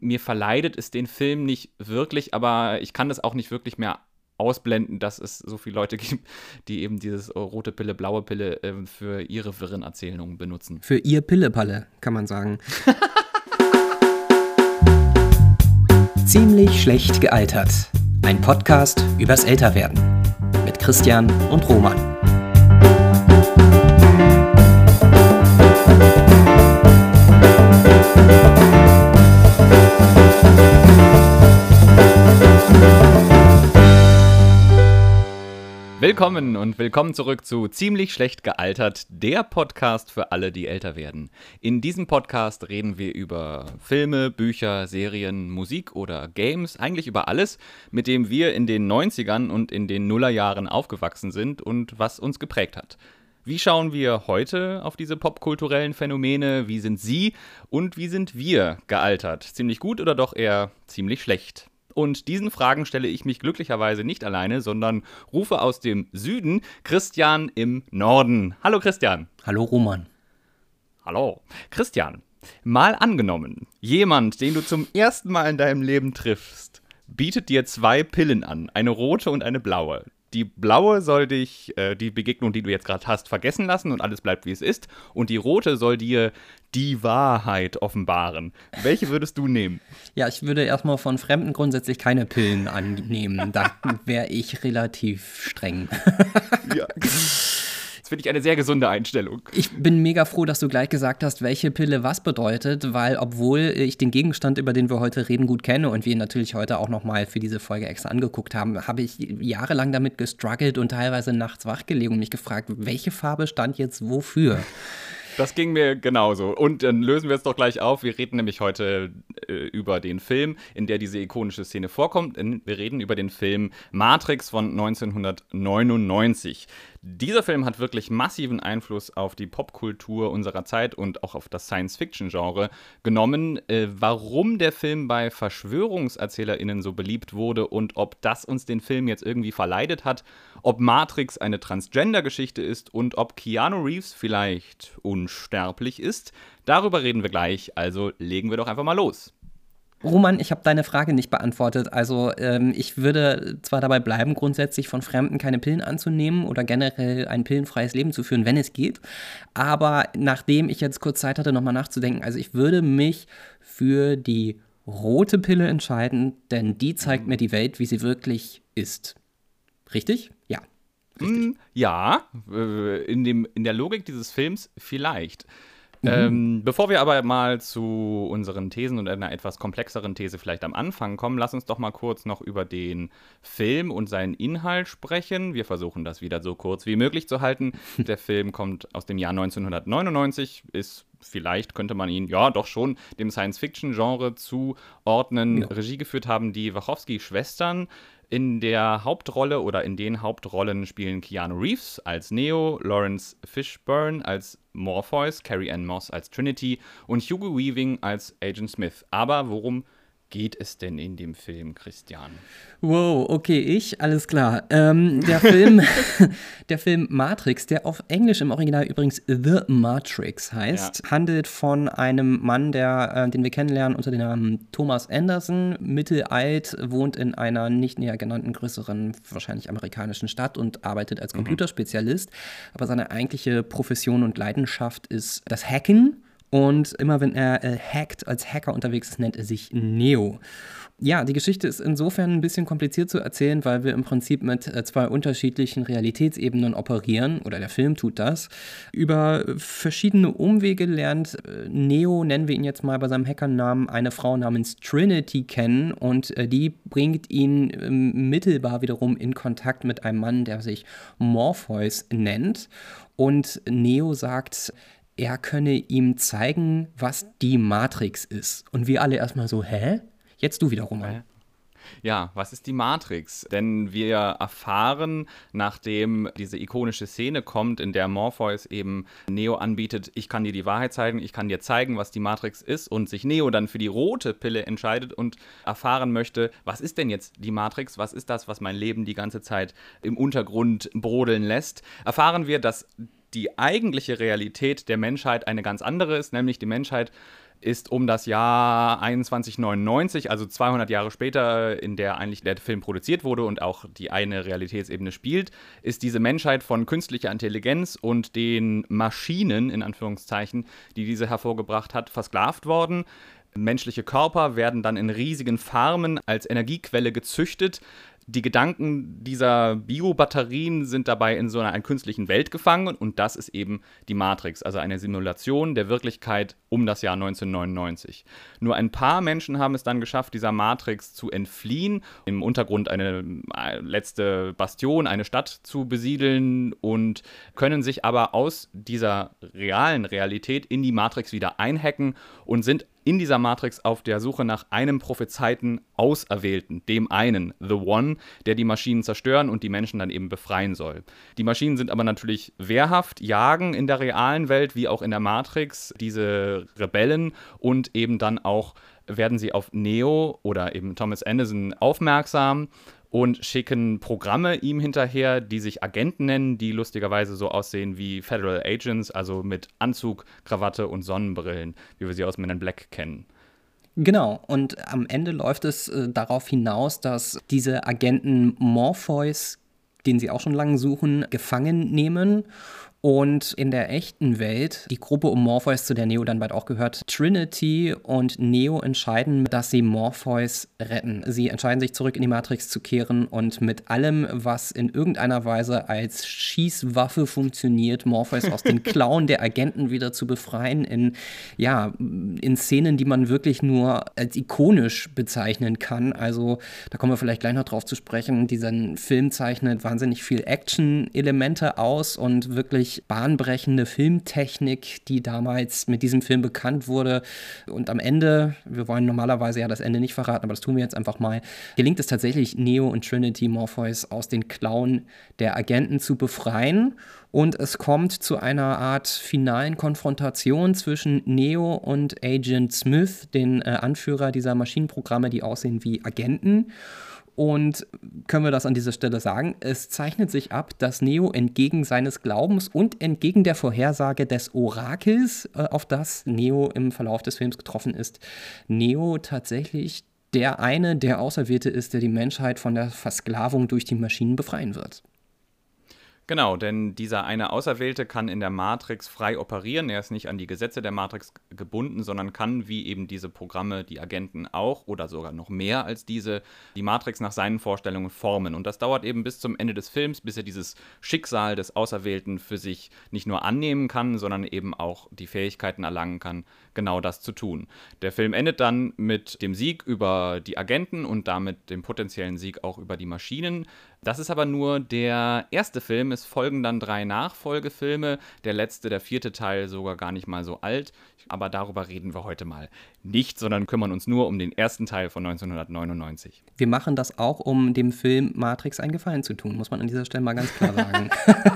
mir verleidet es den Film nicht wirklich, aber ich kann das auch nicht wirklich mehr ausblenden, dass es so viele Leute gibt, die eben dieses rote Pille, blaue Pille für ihre wirren Erzählungen benutzen. Für ihr Pillepalle, kann man sagen. Ziemlich schlecht gealtert. Ein Podcast übers Älterwerden. Mit Christian und Roman. Willkommen zurück zu Ziemlich schlecht gealtert, der Podcast für alle, die älter werden. In diesem Podcast reden wir über Filme, Bücher, Serien, Musik oder Games, eigentlich über alles, mit dem wir in den 90ern und in den Nullerjahren aufgewachsen sind und was uns geprägt hat. Wie schauen wir heute auf diese popkulturellen Phänomene? Wie sind sie und wie sind wir gealtert? Ziemlich gut oder doch eher ziemlich schlecht? Und diesen Fragen stelle ich mich glücklicherweise nicht alleine, sondern rufe aus dem Süden Christian im Norden. Hallo Christian. Hallo Roman. Hallo. Christian, mal angenommen, jemand, den du zum ersten Mal in deinem Leben triffst, bietet dir 2 Pillen an, eine rote und eine blaue. Die blaue soll dich, die Begegnung, die du jetzt gerade hast, vergessen lassen und alles bleibt, wie es ist. Und die rote soll dir die Wahrheit offenbaren. Welche würdest du nehmen? Ja, ich würde erstmal von Fremden grundsätzlich keine Pillen annehmen. Da wäre ich relativ streng. Ja. Das finde ich eine sehr gesunde Einstellung. Ich bin mega froh, dass du gleich gesagt hast, welche Pille was bedeutet, weil obwohl ich den Gegenstand, über den wir heute reden, gut kenne und wir ihn natürlich heute auch nochmal für diese Folge extra angeguckt haben, habe ich jahrelang damit gestruggelt und teilweise nachts wachgelegen und mich gefragt, welche Farbe stand jetzt wofür? Das ging mir genauso. Und dann lösen wir es doch gleich auf. Wir reden nämlich heute über den Film, in der diese ikonische Szene vorkommt. Wir reden über den Film Matrix von 1999. Dieser Film hat wirklich massiven Einfluss auf die Popkultur unserer Zeit und auch auf das Science-Fiction-Genre genommen. Warum der Film bei VerschwörungserzählerInnen so beliebt wurde und ob das uns den Film jetzt irgendwie verleidet hat, ob Matrix eine Transgender-Geschichte ist und ob Keanu Reeves vielleicht unsterblich ist, darüber reden wir gleich. Also legen wir doch einfach mal los. Roman, ich habe deine Frage nicht beantwortet. Also ich würde zwar dabei bleiben, grundsätzlich von Fremden keine Pillen anzunehmen oder generell ein pillenfreies Leben zu führen, wenn es geht. Aber nachdem ich jetzt kurz Zeit hatte, nochmal nachzudenken, also ich würde mich für die rote Pille entscheiden, denn die zeigt mir die Welt, wie sie wirklich ist. Richtig? Ja. Richtig. Ja, in der Logik dieses Films vielleicht. Bevor wir aber mal zu unseren Thesen und einer etwas komplexeren These vielleicht am Anfang kommen, lass uns doch mal kurz noch über den Film und seinen Inhalt sprechen. Wir versuchen das wieder so kurz wie möglich zu halten. Der Film kommt aus dem Jahr 1999, ist vielleicht könnte man ihn, ja doch schon, dem Science-Fiction-Genre zuordnen. Ja. Regie geführt haben die Wachowski-Schwestern. In der Hauptrolle oder in den Hauptrollen spielen Keanu Reeves als Neo, Lawrence Fishburne als Morpheus, Carrie-Anne Moss als Trinity und Hugo Weaving als Agent Smith. Aber worum geht es denn in dem Film, Christian? Wow, okay, alles klar. Der Film Matrix, der auf Englisch im Original übrigens The Matrix heißt, handelt von einem Mann, den wir kennenlernen unter dem Namen Thomas Anderson, mittelalt, wohnt in einer nicht näher genannten größeren, wahrscheinlich amerikanischen Stadt und arbeitet als Computerspezialist. Aber seine eigentliche Profession und Leidenschaft ist das Hacken. Und immer wenn er als Hacker unterwegs ist, nennt er sich Neo. Ja, die Geschichte ist insofern ein bisschen kompliziert zu erzählen, weil wir im Prinzip mit 2 unterschiedlichen Realitätsebenen operieren, oder der Film tut das. Über verschiedene Umwege lernt Neo, nennen wir ihn jetzt mal bei seinem Hackernamen, eine Frau namens Trinity kennen und die bringt ihn mittelbar wiederum in Kontakt mit einem Mann, der sich Morpheus nennt. Und Neo sagt, er könne ihm zeigen, was die Matrix ist. Und wir alle erstmal so, hä? Jetzt du wiederum. Ja, was ist die Matrix? Denn wir erfahren, nachdem diese ikonische Szene kommt, in der Morpheus eben Neo anbietet, ich kann dir die Wahrheit zeigen, ich kann dir zeigen, was die Matrix ist, und sich Neo dann für die rote Pille entscheidet und erfahren möchte, was ist denn jetzt die Matrix, was ist das, was mein Leben die ganze Zeit im Untergrund brodeln lässt, erfahren wir, dass die eigentliche Realität der Menschheit eine ganz andere ist, nämlich die Menschheit ist um das Jahr 2199, also 200 Jahre später, in der eigentlich der Film produziert wurde und auch die eine Realitätsebene spielt, ist diese Menschheit von künstlicher Intelligenz und den Maschinen, in Anführungszeichen, die diese hervorgebracht hat, versklavt worden. Menschliche Körper werden dann in riesigen Farmen als Energiequelle gezüchtet. Die Gedanken dieser Biobatterien sind dabei in so einer künstlichen Welt gefangen und das ist eben die Matrix, also eine Simulation der Wirklichkeit um das Jahr 1999. Nur ein paar Menschen haben es dann geschafft, dieser Matrix zu entfliehen, im Untergrund eine letzte Bastion, eine Stadt zu besiedeln und können sich aber aus dieser realen Realität in die Matrix wieder einhacken und sind in dieser Matrix auf der Suche nach einem prophezeiten Auserwählten, dem einen, The One, der die Maschinen zerstören und die Menschen dann eben befreien soll. Die Maschinen sind aber natürlich wehrhaft, jagen in der realen Welt wie auch in der Matrix diese Rebellen und eben dann auch werden sie auf Neo oder eben Thomas Anderson aufmerksam und schicken Programme ihm hinterher, die sich Agenten nennen, die lustigerweise so aussehen wie Federal Agents, also mit Anzug, Krawatte und Sonnenbrillen, wie wir sie aus Men in Black kennen. Genau, und am Ende läuft es darauf hinaus, dass diese Agenten Morpheus, den sie auch schon lange suchen, gefangen nehmen. Und in der echten Welt, die Gruppe um Morpheus, zu der Neo dann bald auch gehört, Trinity und Neo entscheiden, dass sie Morpheus retten. Sie entscheiden sich, zurück in die Matrix zu kehren und mit allem, was in irgendeiner Weise als Schießwaffe funktioniert, Morpheus aus den Klauen der Agenten wieder zu befreien, in Szenen, die man wirklich nur als ikonisch bezeichnen kann. Also da kommen wir vielleicht gleich noch drauf zu sprechen. Dieser Film zeichnet wahnsinnig viel Action-Elemente aus und wirklich bahnbrechende Filmtechnik, die damals mit diesem Film bekannt wurde. Und am Ende, wir wollen normalerweise ja das Ende nicht verraten, aber das tun wir jetzt einfach mal, gelingt es tatsächlich, Neo und Trinity Morpheus aus den Klauen der Agenten zu befreien. Und es kommt zu einer Art finalen Konfrontation zwischen Neo und Agent Smith, den Anführer dieser Maschinenprogramme, die aussehen wie Agenten. Und können wir das an dieser Stelle sagen, es zeichnet sich ab, dass Neo entgegen seines Glaubens und entgegen der Vorhersage des Orakels, auf das Neo im Verlauf des Films getroffen ist, Neo tatsächlich der Auserwählte ist, der die Menschheit von der Versklavung durch die Maschinen befreien wird. Genau, denn dieser eine Auserwählte kann in der Matrix frei operieren. Er ist nicht an die Gesetze der Matrix gebunden, sondern kann, wie eben diese Programme, die Agenten auch oder sogar noch mehr als diese, die Matrix nach seinen Vorstellungen formen. Und das dauert eben bis zum Ende des Films, bis er dieses Schicksal des Auserwählten für sich nicht nur annehmen kann, sondern eben auch die Fähigkeiten erlangen kann, genau das zu tun. Der Film endet dann mit dem Sieg über die Agenten und damit dem potenziellen Sieg auch über die Maschinen. Das ist aber nur der erste Film. Es folgen dann 3 Nachfolgefilme. Der letzte, der 4. Teil, sogar gar nicht mal so alt. Aber darüber reden wir heute mal nicht, sondern kümmern uns nur um den ersten Teil von 1999. Wir machen das auch, um dem Film Matrix einen Gefallen zu tun, muss man an dieser Stelle mal ganz klar sagen.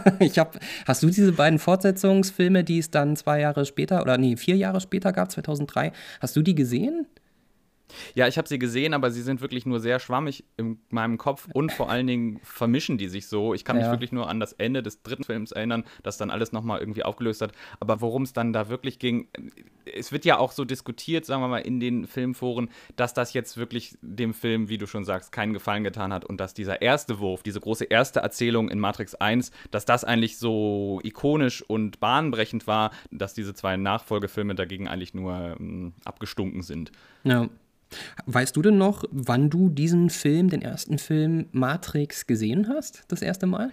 Hast du diese beiden Fortsetzungsfilme, die es dann 4 Jahre später gab, 2003, hast du die gesehen? Ja, ich habe sie gesehen, aber sie sind wirklich nur sehr schwammig in meinem Kopf und vor allen Dingen vermischen die sich so. Ich kann mich wirklich nur an das Ende des 3. Films erinnern, das dann alles nochmal irgendwie aufgelöst hat. Aber worum es dann da wirklich ging, es wird ja auch so diskutiert, sagen wir mal, in den Filmforen, dass das jetzt wirklich dem Film, wie du schon sagst, keinen Gefallen getan hat und dass dieser erste Wurf, diese große erste Erzählung in Matrix 1, dass das eigentlich so ikonisch und bahnbrechend war, dass diese 2 Nachfolgefilme dagegen eigentlich nur abgestunken sind. Ja. Weißt du denn noch, wann du diesen Film, den ersten Film Matrix, gesehen hast, das erste Mal?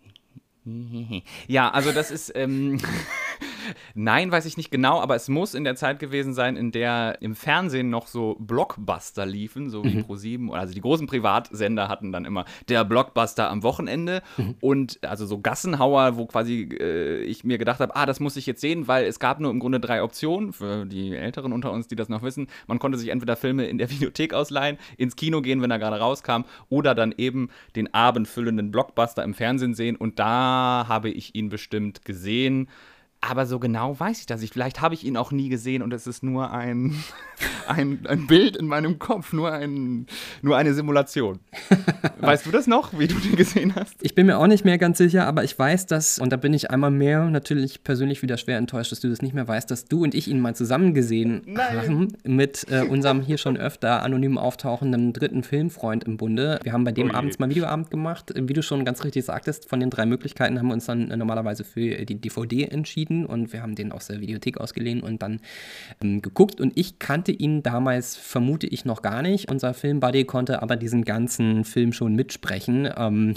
Ja, also das ist, nein, weiß ich nicht genau, aber es muss in der Zeit gewesen sein, in der im Fernsehen noch so Blockbuster liefen, so wie ProSieben, also die großen Privatsender hatten dann immer der Blockbuster am Wochenende und also so Gassenhauer, wo quasi ich mir gedacht habe, das muss ich jetzt sehen, weil es gab nur im Grunde 3 Optionen, für die Älteren unter uns, die das noch wissen. Man konnte sich entweder Filme in der Videothek ausleihen, ins Kino gehen, wenn er gerade rauskam, oder dann eben den abendfüllenden Blockbuster im Fernsehen sehen und da habe ich ihn bestimmt gesehen. Aber so genau weiß ich das nicht. Vielleicht habe ich ihn auch nie gesehen und es ist nur ein Bild in meinem Kopf, nur eine Simulation. Weißt du das noch, wie du den gesehen hast? Ich bin mir auch nicht mehr ganz sicher, aber ich weiß, dass, und da bin ich einmal mehr natürlich persönlich wieder schwer enttäuscht, dass du das nicht mehr weißt, dass du und ich ihn mal zusammen gesehen haben mit unserem hier schon öfter anonym auftauchenden dritten Filmfreund im Bunde. Wir haben bei dem abends mal Videoabend gemacht. Wie du schon ganz richtig sagtest, von den 3 Möglichkeiten haben wir uns dann normalerweise für die DVD entschieden und wir haben den aus der Videothek ausgeliehen und dann geguckt und ich kannte ihn damals, vermute ich, noch gar nicht. Unser Filmbuddy konnte aber diesen ganzen Film schon mitsprechen,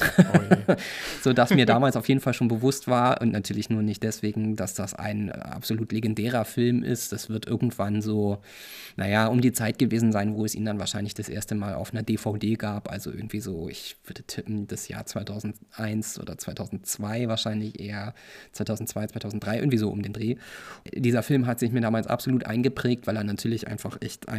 sodass mir damals auf jeden Fall schon bewusst war und natürlich nur nicht deswegen, dass das ein absolut legendärer Film ist. Das wird irgendwann so, um die Zeit gewesen sein, wo es ihn dann wahrscheinlich das erste Mal auf einer DVD gab, also irgendwie so, ich würde tippen, das Jahr 2001 oder 2002 wahrscheinlich eher, 2002, 2003, irgendwie so um den Dreh. Dieser Film hat sich mir damals absolut eingeprägt, weil er natürlich einfach echt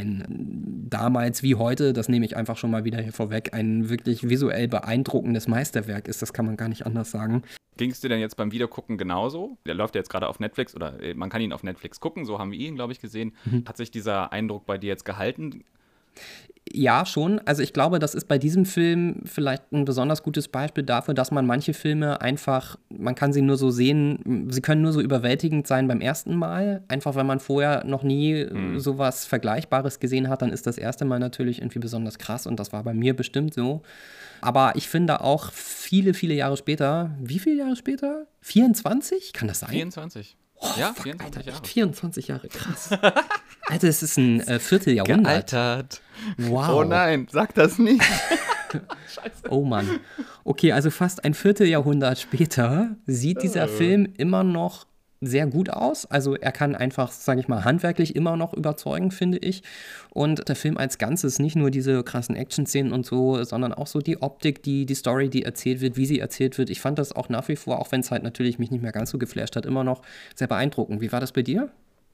damals wie heute, das nehme ich einfach schon mal wieder hier vorweg, ein wirklich visuell beeindruckendes Meisterwerk ist, das kann man gar nicht anders sagen. Ging es dir denn jetzt beim Wiedergucken genauso? Der läuft ja jetzt gerade auf Netflix oder man kann ihn auf Netflix gucken, so haben wir ihn, glaube ich, gesehen. Hat sich dieser Eindruck bei dir jetzt gehalten? Ja, schon. Also ich glaube, das ist bei diesem Film vielleicht ein besonders gutes Beispiel dafür, dass man manche Filme einfach, man kann sie nur so sehen, sie können nur so überwältigend sein beim ersten Mal. Einfach, wenn man vorher noch nie sowas Vergleichbares gesehen hat, dann ist das erste Mal natürlich irgendwie besonders krass und das war bei mir bestimmt so. Aber ich finde auch viele, viele Jahre später, wie viele Jahre später? 24? Kann das sein? 24. Ja, 24 Alter, Jahre. 24 Jahre, krass. Alter, es ist ein Vierteljahrhundert. Gealtert. Wow. Oh nein, sag das nicht. Scheiße. Oh Mann. Okay, also fast ein Vierteljahrhundert später sieht dieser Film immer noch sehr gut aus. Also er kann einfach, sage ich mal, handwerklich immer noch überzeugen, finde ich. Und der Film als Ganzes, nicht nur diese krassen Action-Szenen und so, sondern auch so die Optik, die Story, die erzählt wird, wie sie erzählt wird. Ich fand das auch nach wie vor, auch wenn es halt natürlich mich nicht mehr ganz so geflasht hat, immer noch sehr beeindruckend. Wie war das bei dir?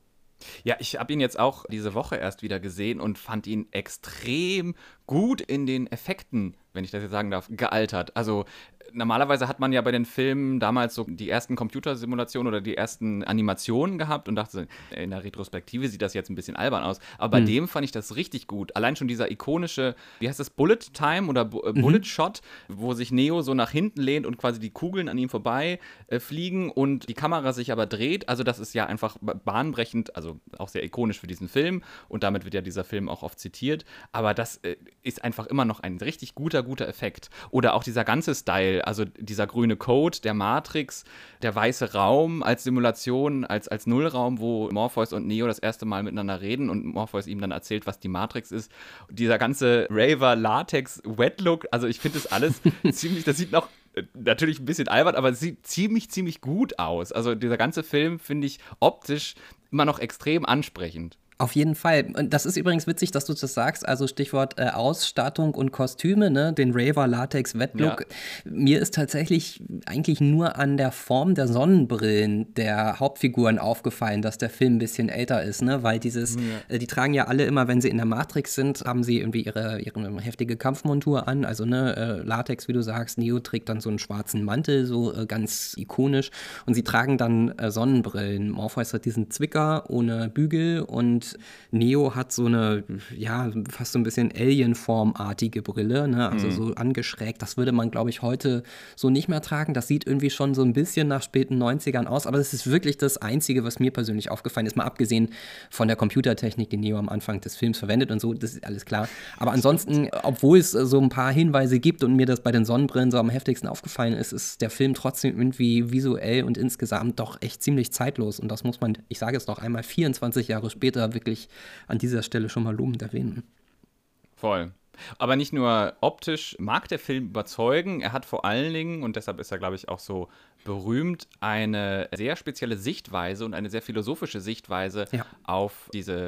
Ja, ich habe ihn jetzt auch diese Woche erst wieder gesehen und fand ihn extrem gut in den Effekten, wenn ich das jetzt sagen darf, gealtert. Also normalerweise hat man ja bei den Filmen damals so die ersten Computersimulationen oder die ersten Animationen gehabt und dachte, in der Retrospektive sieht das jetzt ein bisschen albern aus. Aber bei dem fand ich das richtig gut. Allein schon dieser ikonische, wie heißt das, Bullet Time oder Bullet Shot, wo sich Neo so nach hinten lehnt und quasi die Kugeln an ihm vorbei fliegen und die Kamera sich aber dreht. Also das ist ja einfach bahnbrechend, also auch sehr ikonisch für diesen Film und damit wird ja dieser Film auch oft zitiert. Aber das ist einfach immer noch ein richtig guter Effekt. Oder auch dieser ganze Style, also dieser grüne Code, der Matrix, der weiße Raum als Simulation, als Nullraum, wo Morpheus und Neo das erste Mal miteinander reden und Morpheus ihm dann erzählt, was die Matrix ist. Und dieser ganze Raver-Latex-Wet-Look, also ich finde das alles ziemlich, das sieht noch natürlich ein bisschen albern, aber es sieht ziemlich gut aus. Also dieser ganze Film finde ich optisch immer noch extrem ansprechend. Auf jeden Fall. Und das ist übrigens witzig, dass du das sagst. Also Stichwort Ausstattung und Kostüme, ne? Den Raver Latex Wet Look. Ja. Mir ist tatsächlich eigentlich nur an der Form der Sonnenbrillen der Hauptfiguren aufgefallen, dass der Film ein bisschen älter ist, ne? Weil die tragen ja alle immer, wenn sie in der Matrix sind, haben sie irgendwie ihre heftige Kampfmontur an. Also Latex, wie du sagst. Neo trägt dann so einen schwarzen Mantel, so ganz ikonisch. Und sie tragen dann Sonnenbrillen. Morpheus hat diesen Zwicker ohne Bügel und Neo hat so eine, ja, fast so ein bisschen Alien-Formartige Brille, ne? Also so angeschrägt. Das würde man, glaube ich, heute so nicht mehr tragen. Das sieht irgendwie schon so ein bisschen nach späten 90ern aus, aber das ist wirklich das Einzige, was mir persönlich aufgefallen ist, mal abgesehen von der Computertechnik, die Neo am Anfang des Films verwendet und so, das ist alles klar. Aber ansonsten, obwohl es so ein paar Hinweise gibt und mir das bei den Sonnenbrillen so am heftigsten aufgefallen ist, ist der Film trotzdem irgendwie visuell und insgesamt doch echt ziemlich zeitlos und das muss man, ich sage es noch einmal, 24 Jahre später wirklich an dieser Stelle schon mal lobend erwähnen. Voll. Aber nicht nur optisch mag der Film überzeugen, er hat vor allen Dingen, und deshalb ist er, glaube ich, auch so berühmt, eine sehr spezielle Sichtweise und eine sehr philosophische Sichtweise auf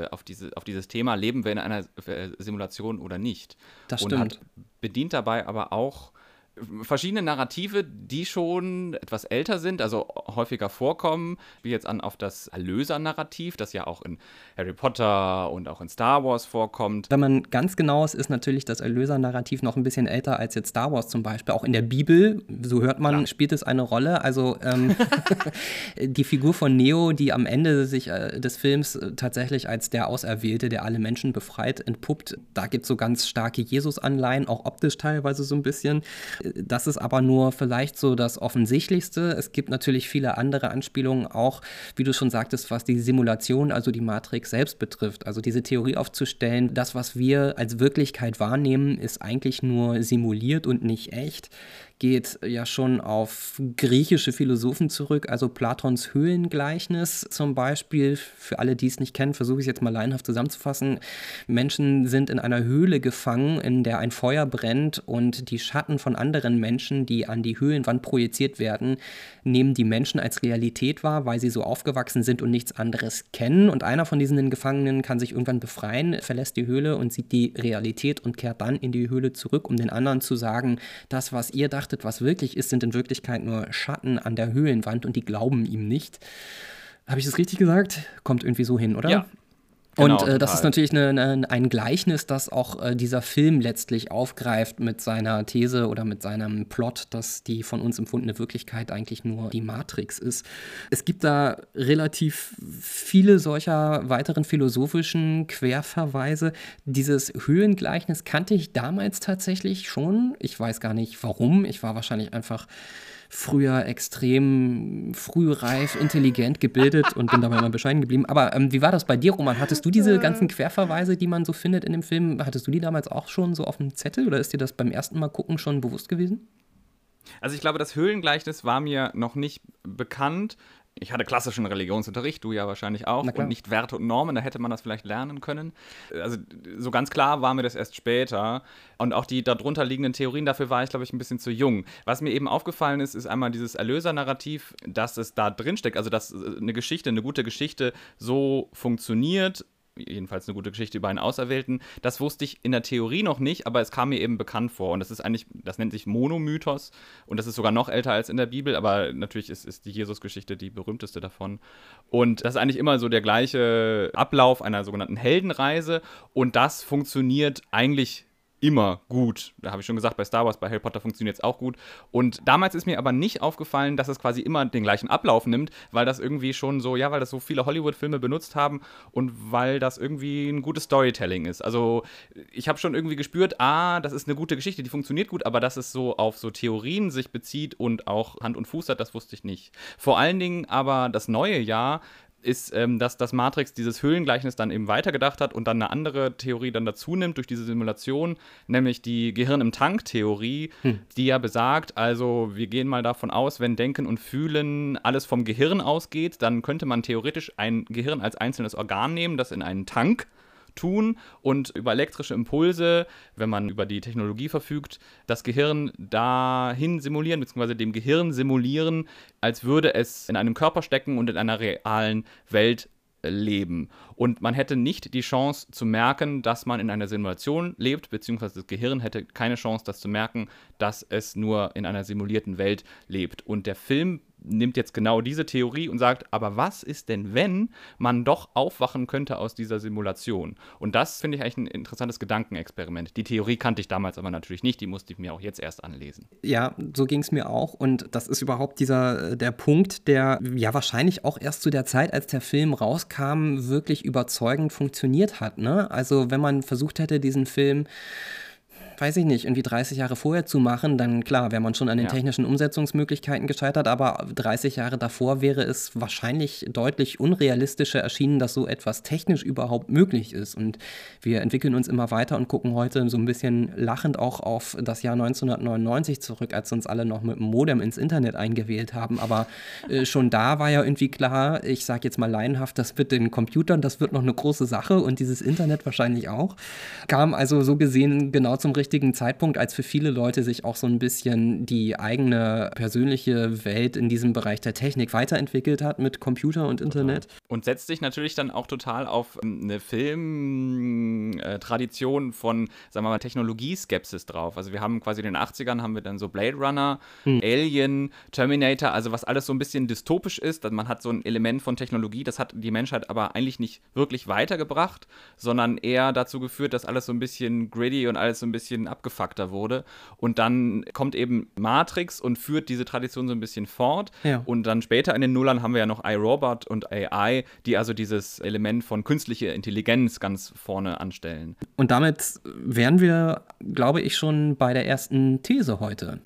dieses Thema, leben wir in einer Simulation oder nicht. Das stimmt. Und bedient dabei aber auch verschiedene Narrative, die schon etwas älter sind, also häufiger vorkommen, wie jetzt auf das Erlöser-Narrativ, das ja auch in Harry Potter und auch in Star Wars vorkommt. Wenn man ganz genau ist natürlich das Erlöser-Narrativ noch ein bisschen älter als jetzt Star Wars zum Beispiel. Auch in der Bibel, so hört man, spielt es eine Rolle. Also die Figur von Neo, die am Ende sich des Films tatsächlich als der Auserwählte, der alle Menschen befreit, entpuppt, da gibt es so ganz starke Jesus-Anleihen, auch optisch teilweise so ein bisschen. Das ist aber nur vielleicht so das Offensichtlichste. Es gibt natürlich viele andere Anspielungen, auch, wie du schon sagtest, was die Simulation, also die Matrix selbst betrifft. Also diese Theorie aufzustellen, das, was wir als Wirklichkeit wahrnehmen, ist eigentlich nur simuliert und nicht echt, geht ja schon auf griechische Philosophen zurück, also Platons Höhlengleichnis zum Beispiel. Für alle, die es nicht kennen, versuche ich es jetzt mal laienhaft zusammenzufassen. Menschen sind in einer Höhle gefangen, in der ein Feuer brennt und die Schatten von anderen Menschen, die an die Höhlenwand projiziert werden, nehmen die Menschen als Realität wahr, weil sie so aufgewachsen sind und nichts anderes kennen. Und einer von diesen Gefangenen kann sich irgendwann befreien, verlässt die Höhle und sieht die Realität und kehrt dann in die Höhle zurück, um den anderen zu sagen, das, was ihr dachtet, was wirklich ist, sind in Wirklichkeit nur Schatten an der Höhlenwand und die glauben ihm nicht. Habe ich das richtig gesagt? Kommt irgendwie so hin, oder? Ja. Genau, und das ist natürlich ein Gleichnis, das auch dieser Film letztlich aufgreift mit seiner These oder mit seinem Plot, dass die von uns empfundene Wirklichkeit eigentlich nur die Matrix ist. Es gibt da relativ viele solcher weiteren philosophischen Querverweise. Dieses Höhlengleichnis kannte ich damals tatsächlich schon. Ich weiß gar nicht warum. Ich war wahrscheinlich einfach früher extrem frühreif, intelligent gebildet und bin dabei mal bescheiden geblieben. Aber wie war das bei dir, Roman? Hattest du diese ganzen Querverweise, die man so findet in dem Film, hattest du die damals auch schon so auf dem Zettel oder ist dir das beim ersten Mal gucken schon bewusst gewesen? Also ich glaube, das Höhlengleichnis war mir noch nicht bekannt. Ich hatte klassischen Religionsunterricht, du ja wahrscheinlich auch, und nicht Werte und Normen, da hätte man das vielleicht lernen können. Also so ganz klar war mir das erst später. Und auch die darunter liegenden Theorien, dafür war ich, glaube ich, ein bisschen zu jung. Was mir eben aufgefallen ist, ist einmal dieses Erlöser-Narrativ, dass es da drinsteckt, also dass eine Geschichte, eine gute Geschichte so funktioniert, jedenfalls eine gute Geschichte über einen Auserwählten. Das wusste ich in der Theorie noch nicht, aber es kam mir eben bekannt vor. Und das ist eigentlich, das nennt sich Monomythos und das ist sogar noch älter als in der Bibel, aber natürlich ist die Jesus-Geschichte die berühmteste davon. Und das ist eigentlich immer so der gleiche Ablauf einer sogenannten Heldenreise und das funktioniert eigentlich immer gut. Da habe ich schon gesagt, bei Star Wars, bei Harry Potter funktioniert es auch gut. Und damals ist mir aber nicht aufgefallen, dass es quasi immer den gleichen Ablauf nimmt, weil das irgendwie schon so, ja, weil das so viele Hollywood-Filme benutzt haben und weil das irgendwie ein gutes Storytelling ist. Also ich habe schon irgendwie gespürt, das ist eine gute Geschichte, die funktioniert gut, aber dass es so auf so Theorien sich bezieht und auch Hand und Fuß hat, das wusste ich nicht. Vor allen Dingen aber das neue Jahr ist, dass das Matrix dieses Höhlengleichnis dann eben weitergedacht hat und dann eine andere Theorie dann dazu nimmt durch diese Simulation, nämlich die Gehirn-im-Tank-Theorie, die ja besagt, also wir gehen mal davon aus, wenn Denken und Fühlen alles vom Gehirn ausgeht, dann könnte man theoretisch ein Gehirn als einzelnes Organ nehmen, das in einen Tank tun und über elektrische Impulse, wenn man über die Technologie verfügt, das Gehirn dahin simulieren, beziehungsweise dem Gehirn simulieren, als würde es in einem Körper stecken und in einer realen Welt leben. Und man hätte nicht die Chance zu merken, dass man in einer Simulation lebt, beziehungsweise das Gehirn hätte keine Chance, das zu merken, dass es nur in einer simulierten Welt lebt. Und der Film nimmt jetzt genau diese Theorie und sagt, aber was ist denn, wenn man doch aufwachen könnte aus dieser Simulation? Und das finde ich eigentlich ein interessantes Gedankenexperiment. Die Theorie kannte ich damals aber natürlich nicht, die musste ich mir auch jetzt erst anlesen. Ja, so ging es mir auch und das ist überhaupt der Punkt, der ja wahrscheinlich auch erst zu der Zeit, als der Film rauskam, wirklich überzeugend funktioniert hat, ne? Also wenn man versucht hätte, diesen Film weiß ich nicht, irgendwie 30 Jahre vorher zu machen, dann klar, wäre man schon an den technischen Umsetzungsmöglichkeiten gescheitert, aber 30 Jahre davor wäre es wahrscheinlich deutlich unrealistischer erschienen, dass so etwas technisch überhaupt möglich ist. Und wir entwickeln uns immer weiter und gucken heute so ein bisschen lachend auch auf das Jahr 1999 zurück, als uns alle noch mit dem Modem ins Internet eingewählt haben. Aber schon da war ja irgendwie klar, ich sage jetzt mal laienhaft, das wird den Computern, das wird noch eine große Sache und dieses Internet wahrscheinlich auch. Kam also so gesehen genau zum richtigen richtigen Zeitpunkt, als für viele Leute sich auch so ein bisschen die eigene persönliche Welt in diesem Bereich der Technik weiterentwickelt hat mit Computer und Internet. Und setzt sich natürlich dann auch total auf eine Filmtradition von, sagen wir mal, Technologieskepsis drauf. Also wir haben quasi in den 80ern haben wir dann so Blade Runner, Alien, Terminator, also was alles so ein bisschen dystopisch ist. Man hat so ein Element von Technologie, das hat die Menschheit aber eigentlich nicht wirklich weitergebracht, sondern eher dazu geführt, dass alles so ein bisschen gritty und alles so ein bisschen abgefuckter wurde. Und dann kommt eben Matrix und führt diese Tradition so ein bisschen fort. Ja. Und dann später in den Nullern haben wir ja noch iRobot und AI, die also dieses Element von künstlicher Intelligenz ganz vorne anstellen. Und damit wären wir, glaube ich, schon bei der ersten These heute.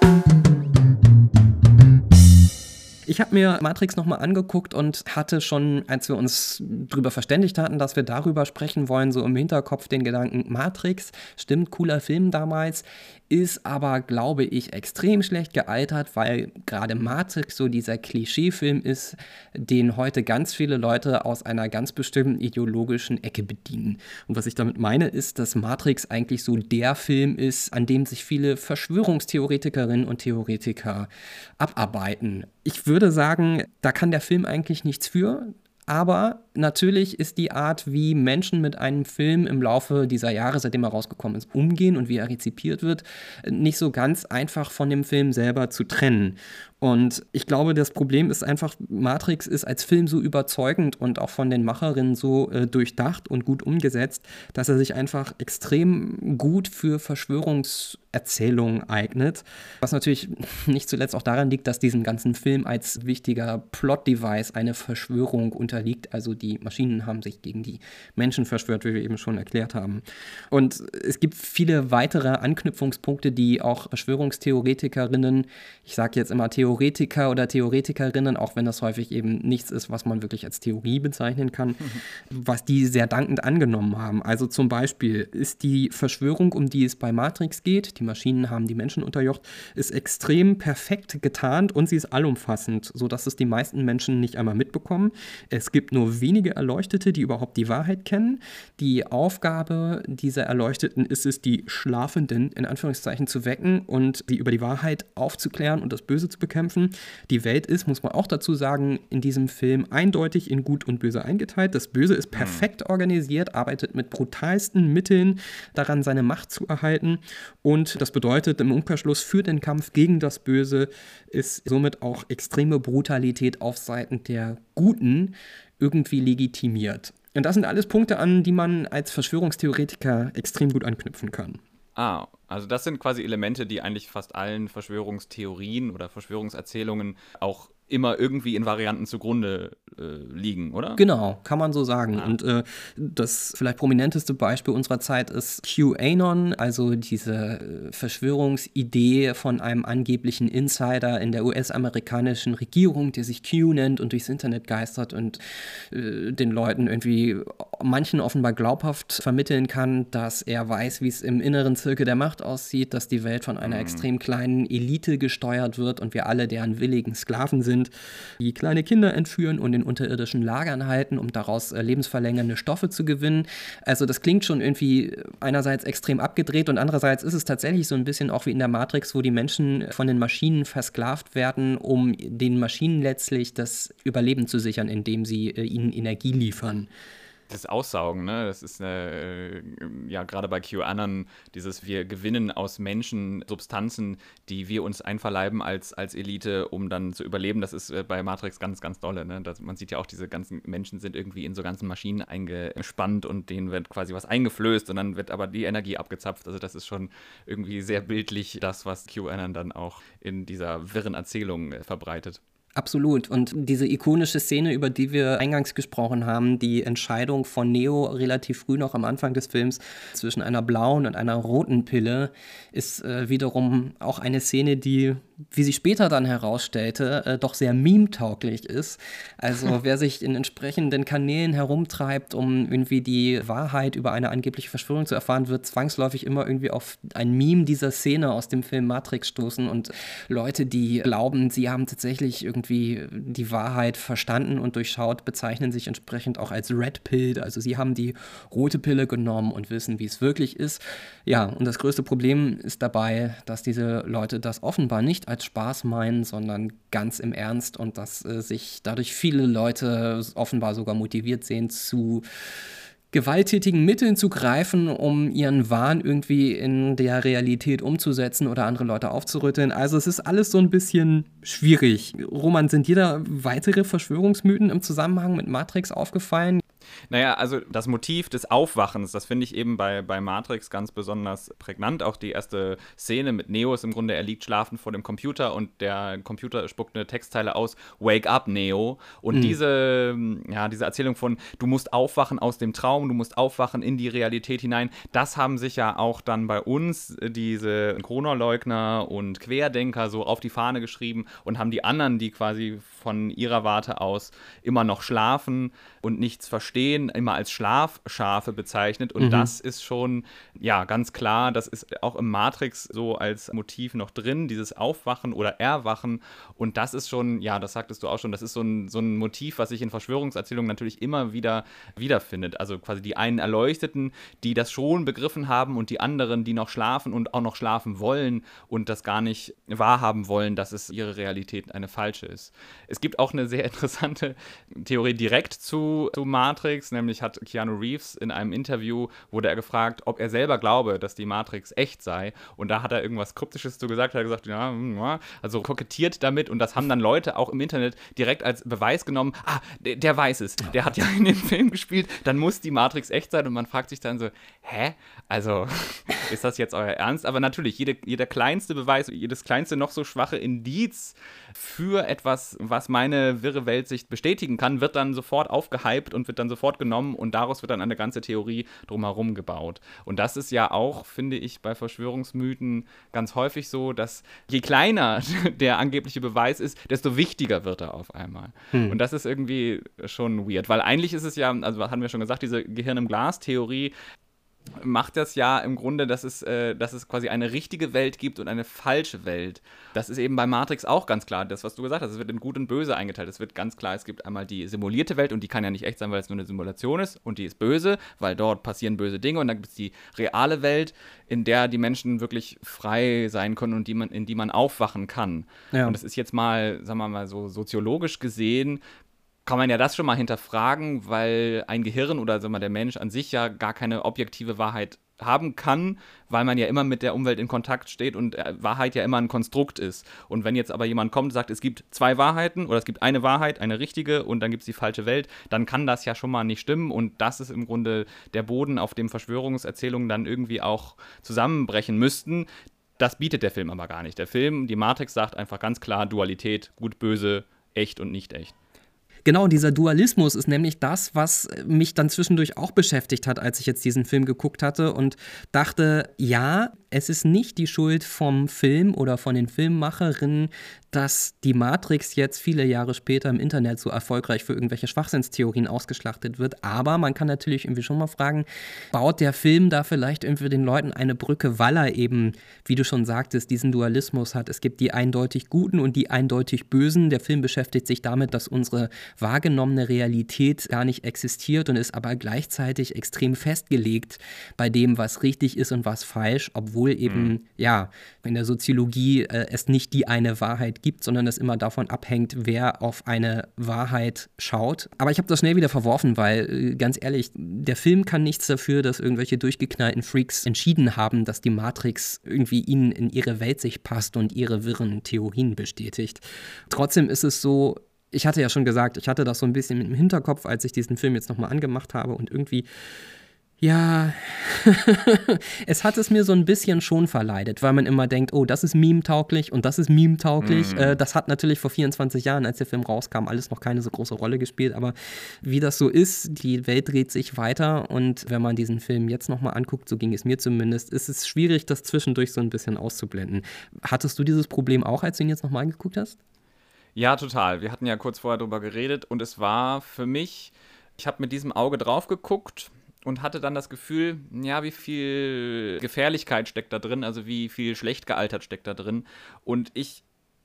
Ich habe mir Matrix nochmal angeguckt und hatte schon, als wir uns darüber verständigt hatten, dass wir darüber sprechen wollen, so im Hinterkopf den Gedanken, Matrix, stimmt, cooler Film damals, ist aber, glaube ich, extrem schlecht gealtert, weil gerade Matrix so dieser Klischeefilm ist, den heute ganz viele Leute aus einer ganz bestimmten ideologischen Ecke bedienen. Und was ich damit meine, ist, dass Matrix eigentlich so der Film ist, an dem sich viele Verschwörungstheoretikerinnen und Theoretiker abarbeiten. Ich würde sagen, da kann der Film eigentlich nichts für. Aber natürlich ist die Art, wie Menschen mit einem Film im Laufe dieser Jahre, seitdem er rausgekommen ist, umgehen und wie er rezipiert wird, nicht so ganz einfach von dem Film selber zu trennen. Und ich glaube, das Problem ist einfach, Matrix ist als Film so überzeugend und auch von den Macherinnen so durchdacht und gut umgesetzt, dass er sich einfach extrem gut für Verschwörungserzählungen eignet. Was natürlich nicht zuletzt auch daran liegt, dass diesem ganzen Film als wichtiger Plot-Device eine Verschwörung unterliegt. Also die Maschinen haben sich gegen die Menschen verschwört, wie wir eben schon erklärt haben. Und es gibt viele weitere Anknüpfungspunkte, die auch Verschwörungstheoretikerinnen, ich sage jetzt immer Theoretiker oder Theoretikerinnen, auch wenn das häufig eben nichts ist, was man wirklich als Theorie bezeichnen kann, was die sehr dankend angenommen haben. Also zum Beispiel ist die Verschwörung, um die es bei Matrix geht, die Maschinen haben die Menschen unterjocht, ist extrem perfekt getarnt und sie ist allumfassend, sodass es die meisten Menschen nicht einmal mitbekommen. Es gibt nur wenige Erleuchtete, die überhaupt die Wahrheit kennen. Die Aufgabe dieser Erleuchteten ist es, die Schlafenden in Anführungszeichen zu wecken und sie über die Wahrheit aufzuklären und das Böse zu bekämpfen. Die Welt ist, muss man auch dazu sagen, in diesem Film eindeutig in Gut und Böse eingeteilt. Das Böse ist perfekt organisiert, arbeitet mit brutalsten Mitteln daran, seine Macht zu erhalten. Und das bedeutet im Umkehrschluss, für den Kampf gegen das Böse ist somit auch extreme Brutalität auf Seiten der Guten irgendwie legitimiert. Und das sind alles Punkte, an die man als Verschwörungstheoretiker extrem gut anknüpfen kann. Ah, also das sind quasi Elemente, die eigentlich fast allen Verschwörungstheorien oder Verschwörungserzählungen auch immer irgendwie in Varianten zugrunde liegen, oder? Genau, kann man so sagen. Ja. Und das vielleicht prominenteste Beispiel unserer Zeit ist QAnon, also diese Verschwörungsidee von einem angeblichen Insider in der US-amerikanischen Regierung, der sich Q nennt und durchs Internet geistert und den Leuten irgendwie manchen offenbar glaubhaft vermitteln kann, dass er weiß, wie es im inneren Zirkel der Macht aussieht, dass die Welt von einer extrem kleinen Elite gesteuert wird und wir alle deren willigen Sklaven sind, die kleine Kinder entführen und in unterirdischen Lagern halten, um daraus lebensverlängernde Stoffe zu gewinnen. Also das klingt schon irgendwie einerseits extrem abgedreht und andererseits ist es tatsächlich so ein bisschen auch wie in der Matrix, wo die Menschen von den Maschinen versklavt werden, um den Maschinen letztlich das Überleben zu sichern, indem sie ihnen Energie liefern. Das Aussaugen, ne? Das ist ja gerade bei QAnon dieses, wir gewinnen aus Menschen Substanzen, die wir uns einverleiben als Elite, um dann zu überleben. Das ist bei Matrix ganz, ganz dolle, ne? Man sieht ja auch, diese ganzen Menschen sind irgendwie in so ganzen Maschinen eingespannt und denen wird quasi was eingeflößt und dann wird aber die Energie abgezapft. Also das ist schon irgendwie sehr bildlich das, was QAnon dann auch in dieser wirren Erzählung verbreitet. Absolut. Und diese ikonische Szene, über die wir eingangs gesprochen haben, die Entscheidung von Neo relativ früh noch am Anfang des Films zwischen einer blauen und einer roten Pille, ist wiederum auch eine Szene, die, wie sich später dann herausstellte, doch sehr meme-tauglich ist. Also wer sich in entsprechenden Kanälen herumtreibt, um irgendwie die Wahrheit über eine angebliche Verschwörung zu erfahren, wird zwangsläufig immer irgendwie auf ein Meme dieser Szene aus dem Film Matrix stoßen und Leute, die glauben, sie haben tatsächlich irgendwie irgendwie die Wahrheit verstanden und durchschaut, bezeichnen sich entsprechend auch als Red Pill. Also sie haben die rote Pille genommen und wissen, wie es wirklich ist. Ja, und das größte Problem ist dabei, dass diese Leute das offenbar nicht als Spaß meinen, sondern ganz im Ernst und dass sich dadurch viele Leute offenbar sogar motiviert sehen, zu gewalttätigen Mitteln zu greifen, um ihren Wahn irgendwie in der Realität umzusetzen oder andere Leute aufzurütteln. Also es ist alles so ein bisschen schwierig. Roman, sind dir da weitere Verschwörungsmythen im Zusammenhang mit Matrix aufgefallen? Naja, also das Motiv des Aufwachens, das finde ich eben bei Matrix ganz besonders prägnant. Auch die erste Szene mit Neo ist im Grunde, er liegt schlafend vor dem Computer und der Computer spuckt eine Textzeile aus, Wake up, Neo. Und diese Erzählung von, du musst aufwachen aus dem Traum, du musst aufwachen in die Realität hinein, das haben sich ja auch dann bei uns diese Corona-Leugner und Querdenker so auf die Fahne geschrieben und haben die anderen, die quasi von ihrer Warte aus immer noch schlafen und nichts verstehen, immer als Schlafschafe bezeichnet. Und das ist schon, ja, ganz klar, das ist auch im Matrix so als Motiv noch drin, dieses Aufwachen oder Erwachen. Und das ist schon, ja, das sagtest du auch schon, das ist so ein Motiv, was sich in Verschwörungserzählungen natürlich immer wieder wiederfindet. Also quasi die einen Erleuchteten, die das schon begriffen haben und die anderen, die noch schlafen und auch noch schlafen wollen und das gar nicht wahrhaben wollen, dass es ihre Realität eine falsche ist. Es gibt auch eine sehr interessante Theorie direkt zu Matrix, nämlich hat Keanu Reeves in einem Interview, wurde er gefragt, ob er selber glaube, dass die Matrix echt sei, und da hat er irgendwas Kryptisches zu gesagt, er hat gesagt, ja, also kokettiert damit, und das haben dann Leute auch im Internet direkt als Beweis genommen, der weiß es, der hat ja in dem Film gespielt, dann muss die Matrix echt sein, und man fragt sich dann so, also ist das jetzt euer Ernst? Aber natürlich, jeder kleinste Beweis, jedes kleinste noch so schwache Indiz für etwas, was meine wirre Weltsicht bestätigen kann, wird dann sofort aufgehypt und wird dann sofort genommen, und daraus wird dann eine ganze Theorie drumherum gebaut. Und das ist ja auch, finde ich, bei Verschwörungsmythen ganz häufig so, dass je kleiner der angebliche Beweis ist, desto wichtiger wird er auf einmal. Und das ist irgendwie schon weird, weil eigentlich ist es ja, also hatten wir schon gesagt, diese Gehirn im Glas-Theorie macht das ja im Grunde, dass es quasi eine richtige Welt gibt und eine falsche Welt. Das ist eben bei Matrix auch ganz klar, das, was du gesagt hast, es wird in Gut und Böse eingeteilt. Es wird ganz klar, es gibt einmal die simulierte Welt, und die kann ja nicht echt sein, weil es nur eine Simulation ist, und die ist böse, weil dort passieren böse Dinge, und dann gibt es die reale Welt, in der die Menschen wirklich frei sein können und in die man aufwachen kann. Ja. Und das ist jetzt mal, sagen wir mal so soziologisch gesehen, kann man ja das schon mal hinterfragen, weil ein Gehirn oder sagen wir, der Mensch an sich ja gar keine objektive Wahrheit haben kann, weil man ja immer mit der Umwelt in Kontakt steht und Wahrheit ja immer ein Konstrukt ist. Und wenn jetzt aber jemand kommt und sagt, es gibt zwei Wahrheiten oder es gibt eine Wahrheit, eine richtige, und dann gibt es die falsche Welt, dann kann das ja schon mal nicht stimmen, und das ist im Grunde der Boden, auf dem Verschwörungserzählungen dann irgendwie auch zusammenbrechen müssten. Das bietet der Film aber gar nicht. Der Film, die Matrix, sagt einfach ganz klar Dualität, gut, böse, echt und nicht echt. Genau, dieser Dualismus ist nämlich das, was mich dann zwischendurch auch beschäftigt hat, als ich jetzt diesen Film geguckt hatte und dachte, ja, es ist nicht die Schuld vom Film oder von den Filmemacherinnen, dass die Matrix jetzt viele Jahre später im Internet so erfolgreich für irgendwelche Schwachsinnstheorien ausgeschlachtet wird. Aber man kann natürlich irgendwie schon mal fragen, baut der Film da vielleicht irgendwie den Leuten eine Brücke, weil er eben, wie du schon sagtest, diesen Dualismus hat. Es gibt die eindeutig Guten und die eindeutig Bösen. Der Film beschäftigt sich damit, dass unsere wahrgenommene Realität gar nicht existiert und ist aber gleichzeitig extrem festgelegt bei dem, was richtig ist und was falsch, obwohl eben, ja, in der Soziologie es nicht die eine Wahrheit gibt, sondern es immer davon abhängt, wer auf eine Wahrheit schaut. Aber ich habe das schnell wieder verworfen, weil, ganz ehrlich, der Film kann nichts dafür, dass irgendwelche durchgeknallten Freaks entschieden haben, dass die Matrix irgendwie ihnen in ihre Weltsicht passt und ihre wirren Theorien bestätigt. Trotzdem ist es so, ich hatte ja schon gesagt, ich hatte das so ein bisschen im Hinterkopf, als ich diesen Film jetzt nochmal angemacht habe, und irgendwie, ja, es hat es mir so ein bisschen schon verleidet, weil man immer denkt, oh, das ist meme-tauglich und das ist meme-tauglich. Das hat natürlich vor 24 Jahren, als der Film rauskam, alles noch keine so große Rolle gespielt, aber wie das so ist, die Welt dreht sich weiter, und wenn man diesen Film jetzt nochmal anguckt, so ging es mir zumindest, ist es schwierig, das zwischendurch so ein bisschen auszublenden. Hattest du dieses Problem auch, als du ihn jetzt nochmal angeguckt hast? Ja, total. Wir hatten ja kurz vorher drüber geredet, und es war für mich, ich habe mit diesem Auge drauf geguckt und hatte dann das Gefühl, ja, wie viel Gefährlichkeit steckt da drin, also wie viel schlecht gealtert steckt da drin. Und ich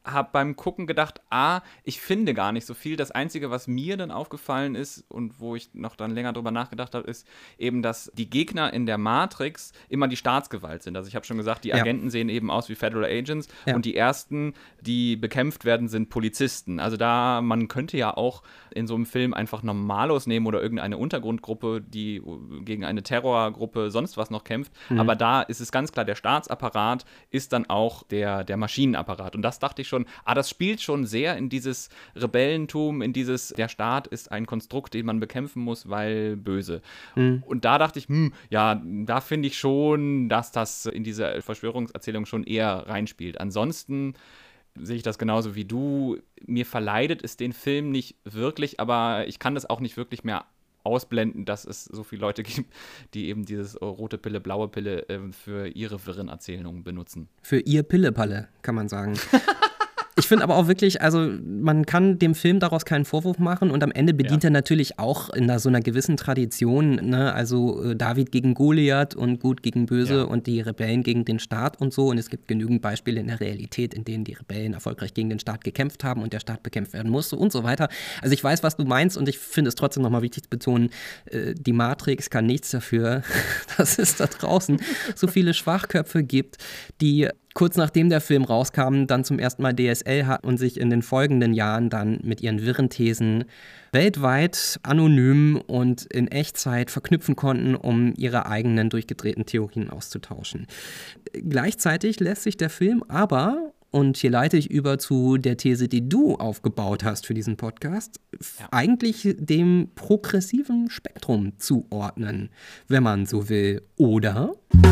habe beim Gucken gedacht, ich finde gar nicht so viel. Das Einzige, was mir dann aufgefallen ist und wo ich noch dann länger drüber nachgedacht habe, ist eben, dass die Gegner in der Matrix immer die Staatsgewalt sind. Also ich habe schon gesagt, die Agenten sehen eben aus wie Federal Agents und die ersten, die bekämpft werden, sind Polizisten. Also man könnte ja auch in so einem Film einfach Normalos nehmen oder irgendeine Untergrundgruppe, die gegen eine Terrorgruppe sonst was noch kämpft. Aber da ist es ganz klar, der Staatsapparat ist dann auch der Maschinenapparat. Und das dachte ich schon, das spielt schon sehr in dieses Rebellentum, in dieses, der Staat ist ein Konstrukt, den man bekämpfen muss, weil böse. Und da dachte ich, da finde ich schon, dass das in diese Verschwörungserzählung schon eher reinspielt. Ansonsten sehe ich das genauso wie du. Mir verleidet es den Film nicht wirklich, aber ich kann das auch nicht wirklich mehr ausblenden, dass es so viele Leute gibt, die eben dieses rote Pille, blaue Pille für ihre wirren Erzählungen benutzen. Für ihr Pille-Palle, kann man sagen. Ich finde aber auch wirklich, also man kann dem Film daraus keinen Vorwurf machen und am Ende bedient er natürlich auch in so einer gewissen Tradition, ne? Also David gegen Goliath und Gut gegen Böse und die Rebellen gegen den Staat und so, und es gibt genügend Beispiele in der Realität, in denen die Rebellen erfolgreich gegen den Staat gekämpft haben und der Staat bekämpft werden musste und so weiter. Also ich weiß, was du meinst, und ich finde es trotzdem nochmal wichtig zu betonen, die Matrix kann nichts dafür, dass es da draußen so viele Schwachköpfe gibt, die kurz nachdem der Film rauskam, dann zum ersten Mal DSL hatten und sich in den folgenden Jahren dann mit ihren wirren Thesen weltweit anonym und in Echtzeit verknüpfen konnten, um ihre eigenen durchgedrehten Theorien auszutauschen. Gleichzeitig lässt sich der Film aber, und hier leite ich über zu der These, die du aufgebaut hast für diesen Podcast, eigentlich dem progressiven Spektrum zuordnen, wenn man so will, oder?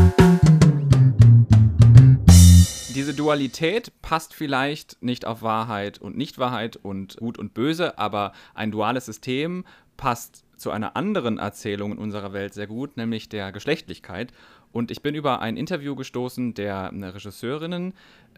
Diese Dualität passt vielleicht nicht auf Wahrheit und Nichtwahrheit und Gut und Böse, aber ein duales System passt zu einer anderen Erzählung in unserer Welt sehr gut, nämlich der Geschlechtlichkeit. Und ich bin über ein Interview gestoßen der Regisseurinnen,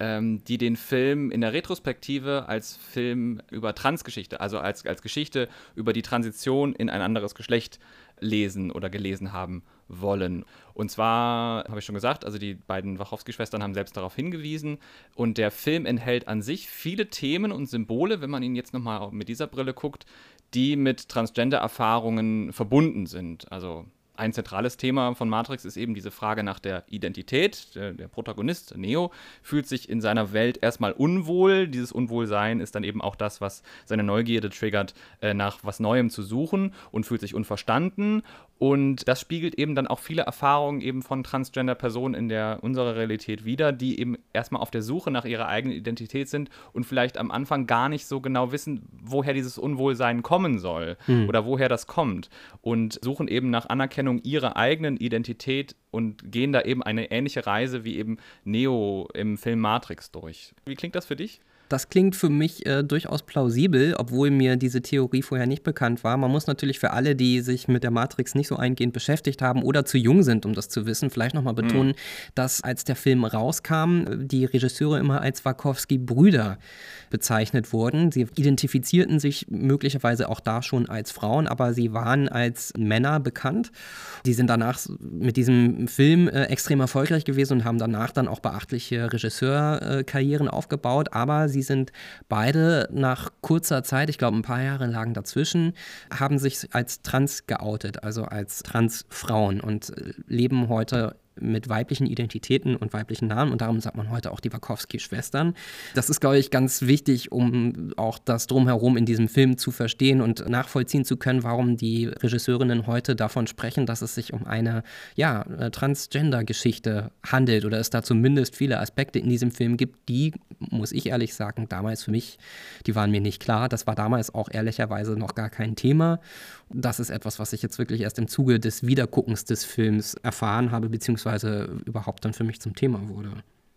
die den Film in der Retrospektive als Film über Transgeschichte, also als Geschichte über die Transition in ein anderes Geschlecht lesen oder gelesen haben wollen. Und zwar, habe ich schon gesagt, also die beiden Wachowski-Schwestern haben selbst darauf hingewiesen, und der Film enthält an sich viele Themen und Symbole, wenn man ihn jetzt nochmal mit dieser Brille guckt, die mit Transgender-Erfahrungen verbunden sind. Also ein zentrales Thema von Matrix ist eben diese Frage nach der Identität. Der Protagonist, Neo, fühlt sich in seiner Welt erstmal unwohl. Dieses Unwohlsein ist dann eben auch das, was seine Neugierde triggert, nach was Neuem zu suchen, und fühlt sich unverstanden. Und das spiegelt eben dann auch viele Erfahrungen eben von Transgender-Personen in unserer Realität wider, die eben erstmal auf der Suche nach ihrer eigenen Identität sind und vielleicht am Anfang gar nicht so genau wissen, woher dieses Unwohlsein kommen soll oder woher das kommt, und suchen eben nach Anerkennung ihrer eigenen Identität und gehen da eben eine ähnliche Reise wie eben Neo im Film Matrix durch. Wie klingt das für dich? Das klingt für mich durchaus plausibel, obwohl mir diese Theorie vorher nicht bekannt war. Man muss natürlich für alle, die sich mit der Matrix nicht so eingehend beschäftigt haben oder zu jung sind, um das zu wissen, vielleicht nochmal betonen, dass als der Film rauskam, die Regisseure immer als Wachowski-Brüder bezeichnet wurden. Sie identifizierten sich möglicherweise auch da schon als Frauen, aber sie waren als Männer bekannt. Die sind danach mit diesem Film extrem erfolgreich gewesen und haben danach dann auch beachtliche Regisseurkarrieren aufgebaut, aber sie sind beide nach kurzer Zeit, ich glaube ein paar Jahre lagen dazwischen, haben sich als trans geoutet, also als Transfrauen, und leben heute mit weiblichen Identitäten und weiblichen Namen, und darum sagt man heute auch die Wachowski-Schwestern. Das ist, glaube ich, ganz wichtig, um auch das Drumherum in diesem Film zu verstehen und nachvollziehen zu können, warum die Regisseurinnen heute davon sprechen, dass es sich um eine Transgender-Geschichte handelt oder es da zumindest viele Aspekte in diesem Film gibt, die, muss ich ehrlich sagen, damals für mich, die waren mir nicht klar. Das war damals auch ehrlicherweise noch gar kein Thema. Das ist etwas, was ich jetzt wirklich erst im Zuge des Wiederguckens des Films erfahren habe, beziehungsweise überhaupt dann für mich zum Thema wurde.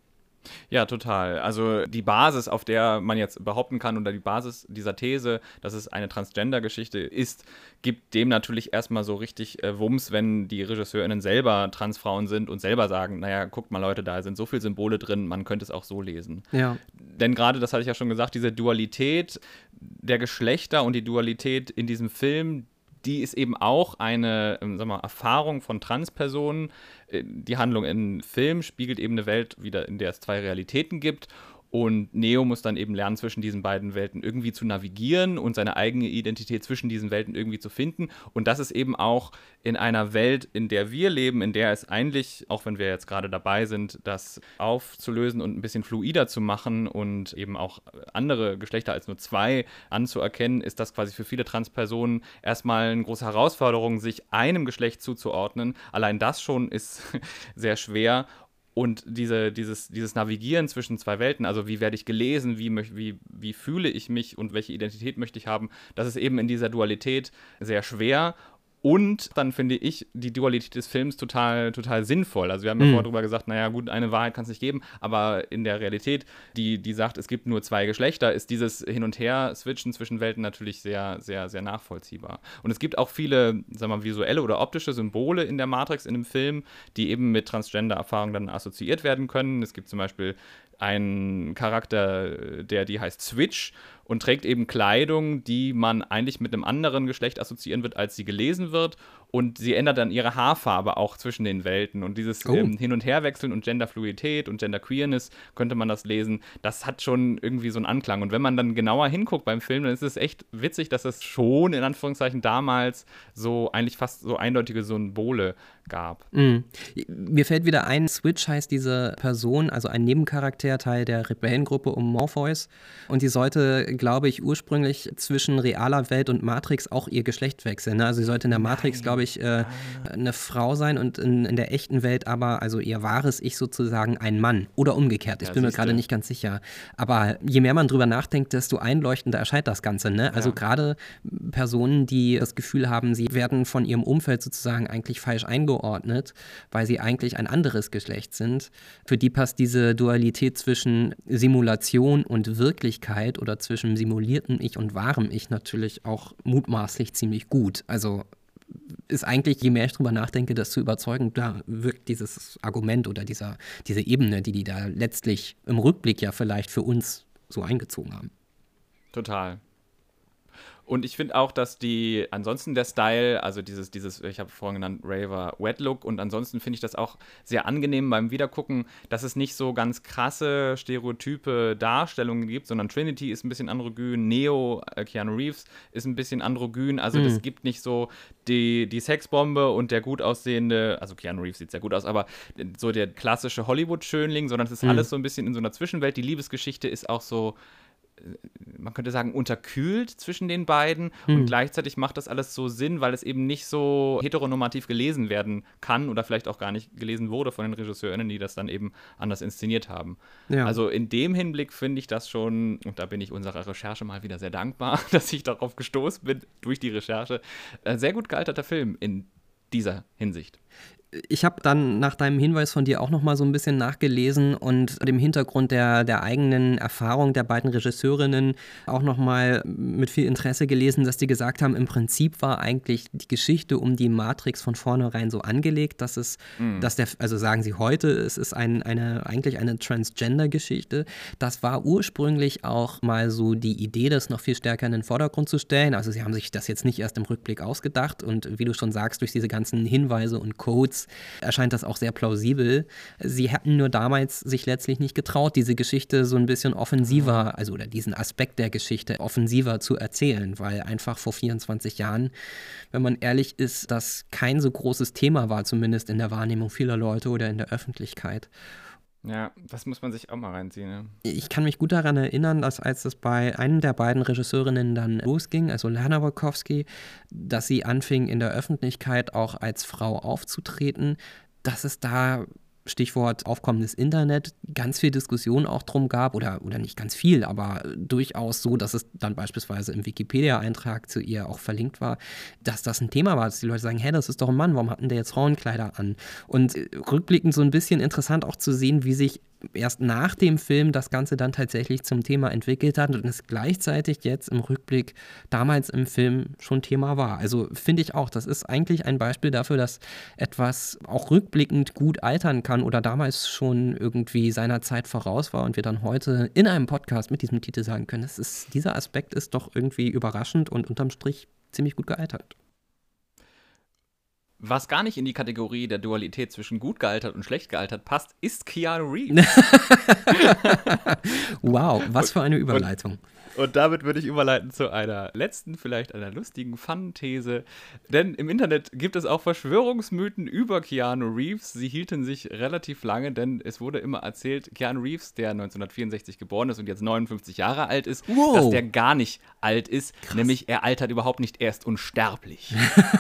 Ja, total. Also die Basis, auf der man jetzt behaupten kann, oder die Basis dieser These, dass es eine Transgender-Geschichte ist, gibt dem natürlich erstmal so richtig Wumms, wenn die RegisseurInnen selber Transfrauen sind und selber sagen, naja, guckt mal Leute, da sind so viele Symbole drin, man könnte es auch so lesen. Ja. Denn gerade, das hatte ich ja schon gesagt, diese Dualität der Geschlechter und die Dualität in diesem Film, die ist eben auch eine Erfahrung von Transpersonen. Die Handlung im Film spiegelt eben eine Welt wieder, in der es zwei Realitäten gibt. Und Neo muss dann eben lernen, zwischen diesen beiden Welten irgendwie zu navigieren und seine eigene Identität zwischen diesen Welten irgendwie zu finden. Und das ist eben auch in einer Welt, in der wir leben, in der es eigentlich, auch wenn wir jetzt gerade dabei sind, das aufzulösen und ein bisschen fluider zu machen und eben auch andere Geschlechter als nur zwei anzuerkennen, ist das quasi für viele Transpersonen erstmal eine große Herausforderung, sich einem Geschlecht zuzuordnen. Allein das schon ist sehr schwer. Und dieses Navigieren zwischen zwei Welten, also wie werde ich gelesen, wie fühle ich mich und welche Identität möchte ich haben, das ist eben in dieser Dualität sehr schwer. Und dann finde ich die Dualität des Films total sinnvoll. Also wir haben ja vorher drüber gesagt, naja gut, eine Wahrheit kann es nicht geben, aber in der Realität, die sagt, es gibt nur zwei Geschlechter, ist dieses Hin- und Her-Switchen zwischen Welten natürlich sehr, sehr, sehr nachvollziehbar. Und es gibt auch viele, sagen wir mal, visuelle oder optische Symbole in der Matrix, in dem Film, die eben mit Transgender-Erfahrungen dann assoziiert werden können. Es gibt zum Beispiel einen Charakter, die heißt Switch und trägt eben Kleidung, die man eigentlich mit einem anderen Geschlecht assoziieren wird, als sie gelesen wird. Und sie ändert dann ihre Haarfarbe auch zwischen den Welten. Und dieses Hin- und Herwechseln und Genderfluidität und Genderqueerness, könnte man das lesen, das hat schon irgendwie so einen Anklang. Und wenn man dann genauer hinguckt beim Film, dann ist es echt witzig, dass es schon, in Anführungszeichen, damals so eigentlich fast so eindeutige Symbole gab. Mir fällt wieder ein, Switch heißt diese Person, also ein Nebencharakter, Teil der Rebellengruppe um Morpheus. Und die sollte, glaube ich, ursprünglich zwischen realer Welt und Matrix auch ihr Geschlecht wechseln. Ne? Also sie sollte in der Matrix, glaube ich, eine Frau sein und in der echten Welt aber, also ihr wahres Ich sozusagen ein Mann. Oder umgekehrt, ich bin mir gerade nicht ganz sicher. Aber je mehr man drüber nachdenkt, desto einleuchtender erscheint das Ganze. Ne? Also gerade Personen, die das Gefühl haben, sie werden von ihrem Umfeld sozusagen eigentlich falsch eingeordnet, weil sie eigentlich ein anderes Geschlecht sind. Für die passt diese Dualität zwischen Simulation und Wirklichkeit oder zwischen simuliertem Ich und wahrem Ich natürlich auch mutmaßlich ziemlich gut. Also ist eigentlich, je mehr ich drüber nachdenke, desto überzeugender wirkt dieses Argument oder diese Ebene, die da letztlich im Rückblick ja vielleicht für uns so eingezogen haben. Total. Und ich finde auch, dass ansonsten der Style, also dieses, ich habe vorhin genannt, Raver Wet Look, und ansonsten finde ich das auch sehr angenehm beim Wiedergucken, dass es nicht so ganz krasse, stereotype Darstellungen gibt, sondern Trinity ist ein bisschen androgyn, Neo, Keanu Reeves, ist ein bisschen androgyn, also das gibt nicht so die Sexbombe und der gut aussehende, also Keanu Reeves sieht sehr gut aus, aber so der klassische Hollywood-Schönling, sondern es ist alles so ein bisschen in so einer Zwischenwelt. Die Liebesgeschichte ist auch so, man könnte sagen, unterkühlt zwischen den beiden und gleichzeitig macht das alles so Sinn, weil es eben nicht so heteronormativ gelesen werden kann oder vielleicht auch gar nicht gelesen wurde von den RegisseurInnen, die das dann eben anders inszeniert haben. Ja. Also in dem Hinblick finde ich das schon, und da bin ich unserer Recherche mal wieder sehr dankbar, dass ich darauf gestoßen bin durch die Recherche, sehr gut gealterter Film in dieser Hinsicht. Ich habe dann nach deinem Hinweis von dir auch noch mal so ein bisschen nachgelesen und dem Hintergrund der eigenen Erfahrung der beiden Regisseurinnen auch noch mal mit viel Interesse gelesen, dass die gesagt haben, im Prinzip war eigentlich die Geschichte um die Matrix von vornherein so angelegt, dass also sagen sie heute, es ist eigentlich eine Transgender-Geschichte. Das war ursprünglich auch mal so die Idee, das noch viel stärker in den Vordergrund zu stellen. Also sie haben sich das jetzt nicht erst im Rückblick ausgedacht und wie du schon sagst, durch diese ganzen Hinweise und Codes erscheint das auch sehr plausibel. Sie hätten nur damals sich letztlich nicht getraut, diese Geschichte so ein bisschen offensiver, also oder diesen Aspekt der Geschichte offensiver zu erzählen, weil einfach vor 24 Jahren, wenn man ehrlich ist, das kein so großes Thema war, zumindest in der Wahrnehmung vieler Leute oder in der Öffentlichkeit. Ja, das muss man sich auch mal reinziehen. Ne? Ich kann mich gut daran erinnern, dass als es bei einem der beiden Regisseurinnen dann losging, also Lana Wachowski, dass sie anfing, in der Öffentlichkeit auch als Frau aufzutreten, dass es da, Stichwort aufkommendes Internet, ganz viel Diskussion auch drum gab, oder nicht ganz viel, aber durchaus so, dass es dann beispielsweise im Wikipedia-Eintrag zu ihr auch verlinkt war, dass das ein Thema war, dass die Leute sagen, hey, das ist doch ein Mann, warum hatten der jetzt Frauenkleider an? Und rückblickend so ein bisschen interessant auch zu sehen, wie sich erst nach dem Film das Ganze dann tatsächlich zum Thema entwickelt hat und es gleichzeitig jetzt im Rückblick damals im Film schon Thema war. Also finde ich auch, das ist eigentlich ein Beispiel dafür, dass etwas auch rückblickend gut altern kann oder damals schon irgendwie seiner Zeit voraus war und wir dann heute in einem Podcast mit diesem Titel sagen können, dieser Aspekt ist doch irgendwie überraschend und unterm Strich ziemlich gut gealtert. Was gar nicht in die Kategorie der Dualität zwischen gut gealtert und schlecht gealtert passt, ist Keanu Reeves. Wow, was für eine Überleitung. Und damit würde ich überleiten zu einer letzten, vielleicht einer lustigen Fun-These. Denn im Internet gibt es auch Verschwörungsmythen über Keanu Reeves. Sie hielten sich relativ lange, denn es wurde immer erzählt, Keanu Reeves, der 1964 geboren ist und jetzt 59 Jahre alt ist, dass der gar nicht alt ist. Krass. Nämlich er altert überhaupt nicht, er ist unsterblich.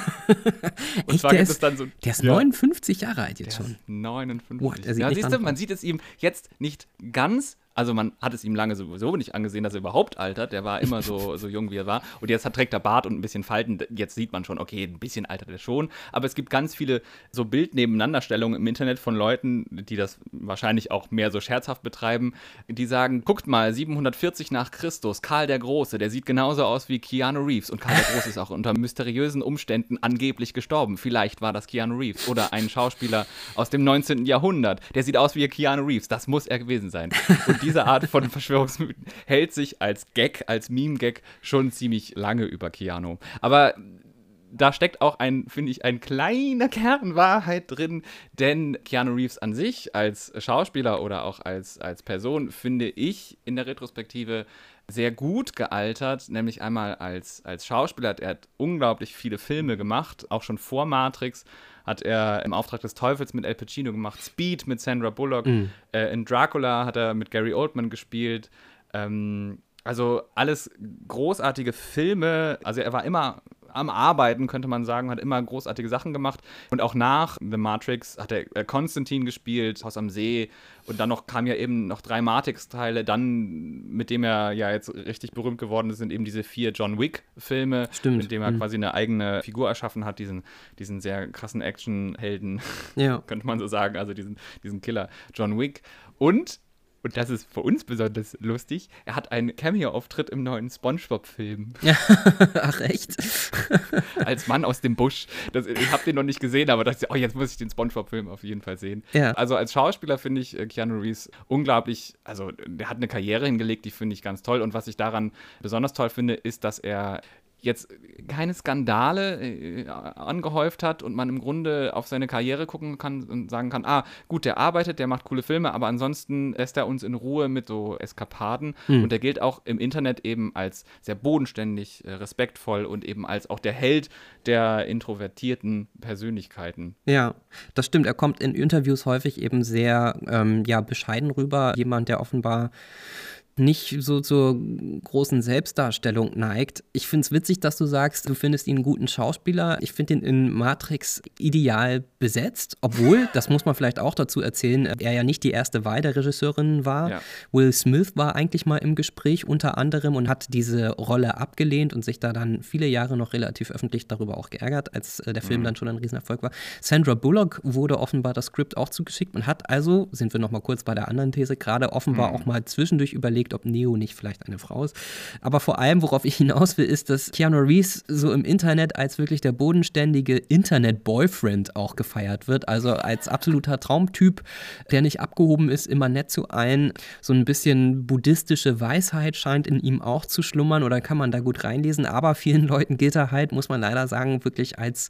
Und zwar gibt es dann so, der ist 59 Jahre alt jetzt schon. 59. What? Ja, siehst du, man sieht es ihm jetzt nicht ganz. Also man hat es ihm lange sowieso nicht angesehen, dass er überhaupt altert. Der war immer so jung, wie er war. Und jetzt trägt er Bart und ein bisschen Falten. Jetzt sieht man schon, okay, ein bisschen altert er schon. Aber es gibt ganz viele so Bild-Nebeneinanderstellungen im Internet von Leuten, die das wahrscheinlich auch mehr so scherzhaft betreiben, die sagen, guckt mal, 740 nach Christus, Karl der Große, der sieht genauso aus wie Keanu Reeves. Und Karl der Große ist auch unter mysteriösen Umständen angeblich gestorben. Vielleicht war das Keanu Reeves. Oder ein Schauspieler aus dem 19. Jahrhundert, der sieht aus wie Keanu Reeves. Das muss er gewesen sein. Und diese Art von Verschwörungsmythen hält sich als Gag, als Meme-Gag schon ziemlich lange über Keanu. Aber da steckt auch finde ich, ein kleiner Kern Wahrheit drin, denn Keanu Reeves an sich als Schauspieler oder auch als Person finde ich in der Retrospektive sehr gut gealtert, nämlich einmal als Schauspieler. Er hat unglaublich viele Filme gemacht, auch schon vor Matrix hat er im Auftrag des Teufels mit Al Pacino gemacht, Speed mit Sandra Bullock, in Dracula hat er mit Gary Oldman gespielt, also alles großartige Filme, also er war immer am Arbeiten, könnte man sagen, hat immer großartige Sachen gemacht. Und auch nach The Matrix hat er Konstantin gespielt, Haus am See. Und dann kamen ja eben noch 3 Matrix-Teile. Dann, mit dem er ja jetzt richtig berühmt geworden ist, sind eben diese 4 John Wick-Filme. Stimmt. Mit dem er quasi eine eigene Figur erschaffen hat, diesen sehr krassen Action-Helden, könnte man so sagen. Also diesen Killer John Wick. Und das ist für uns besonders lustig, er hat einen Cameo-Auftritt im neuen SpongeBob-Film. Ach, echt? Als Mann aus dem Busch. Ich habe den noch nicht gesehen, aber dachte, jetzt muss ich den SpongeBob-Film auf jeden Fall sehen. Ja. Also als Schauspieler finde ich Keanu Reeves unglaublich, also der hat eine Karriere hingelegt, die finde ich ganz toll. Und was ich daran besonders toll finde, ist, dass er jetzt keine Skandale angehäuft hat und man im Grunde auf seine Karriere gucken kann und sagen kann, gut, der arbeitet, der macht coole Filme, aber ansonsten lässt er uns in Ruhe mit so Eskapaden. Und der gilt auch im Internet eben als sehr bodenständig, respektvoll und eben als auch der Held der introvertierten Persönlichkeiten. Ja, das stimmt. Er kommt in Interviews häufig eben sehr bescheiden rüber. Jemand, der offenbar nicht so zur großen Selbstdarstellung neigt. Ich finde es witzig, dass du sagst, du findest ihn einen guten Schauspieler. Ich finde ihn in Matrix ideal besetzt, obwohl, das muss man vielleicht auch dazu erzählen, er ja nicht die erste Wahl der Regisseurin war. Ja. Will Smith war eigentlich mal im Gespräch unter anderem und hat diese Rolle abgelehnt und sich da dann viele Jahre noch relativ öffentlich darüber auch geärgert, als der Film dann schon ein Riesenerfolg war. Sandra Bullock wurde offenbar das Skript auch zugeschickt und hat also, sind wir noch mal kurz bei der anderen These, gerade offenbar auch mal zwischendurch überlegt, ob Neo nicht vielleicht eine Frau ist. Aber vor allem, worauf ich hinaus will, ist, dass Keanu Reeves so im Internet als wirklich der bodenständige Internet-Boyfriend auch gefeiert wird. Also als absoluter Traumtyp, der nicht abgehoben ist, immer nett zu allen. So ein bisschen buddhistische Weisheit scheint in ihm auch zu schlummern oder kann man da gut reinlesen. Aber vielen Leuten gilt er halt, muss man leider sagen, wirklich als,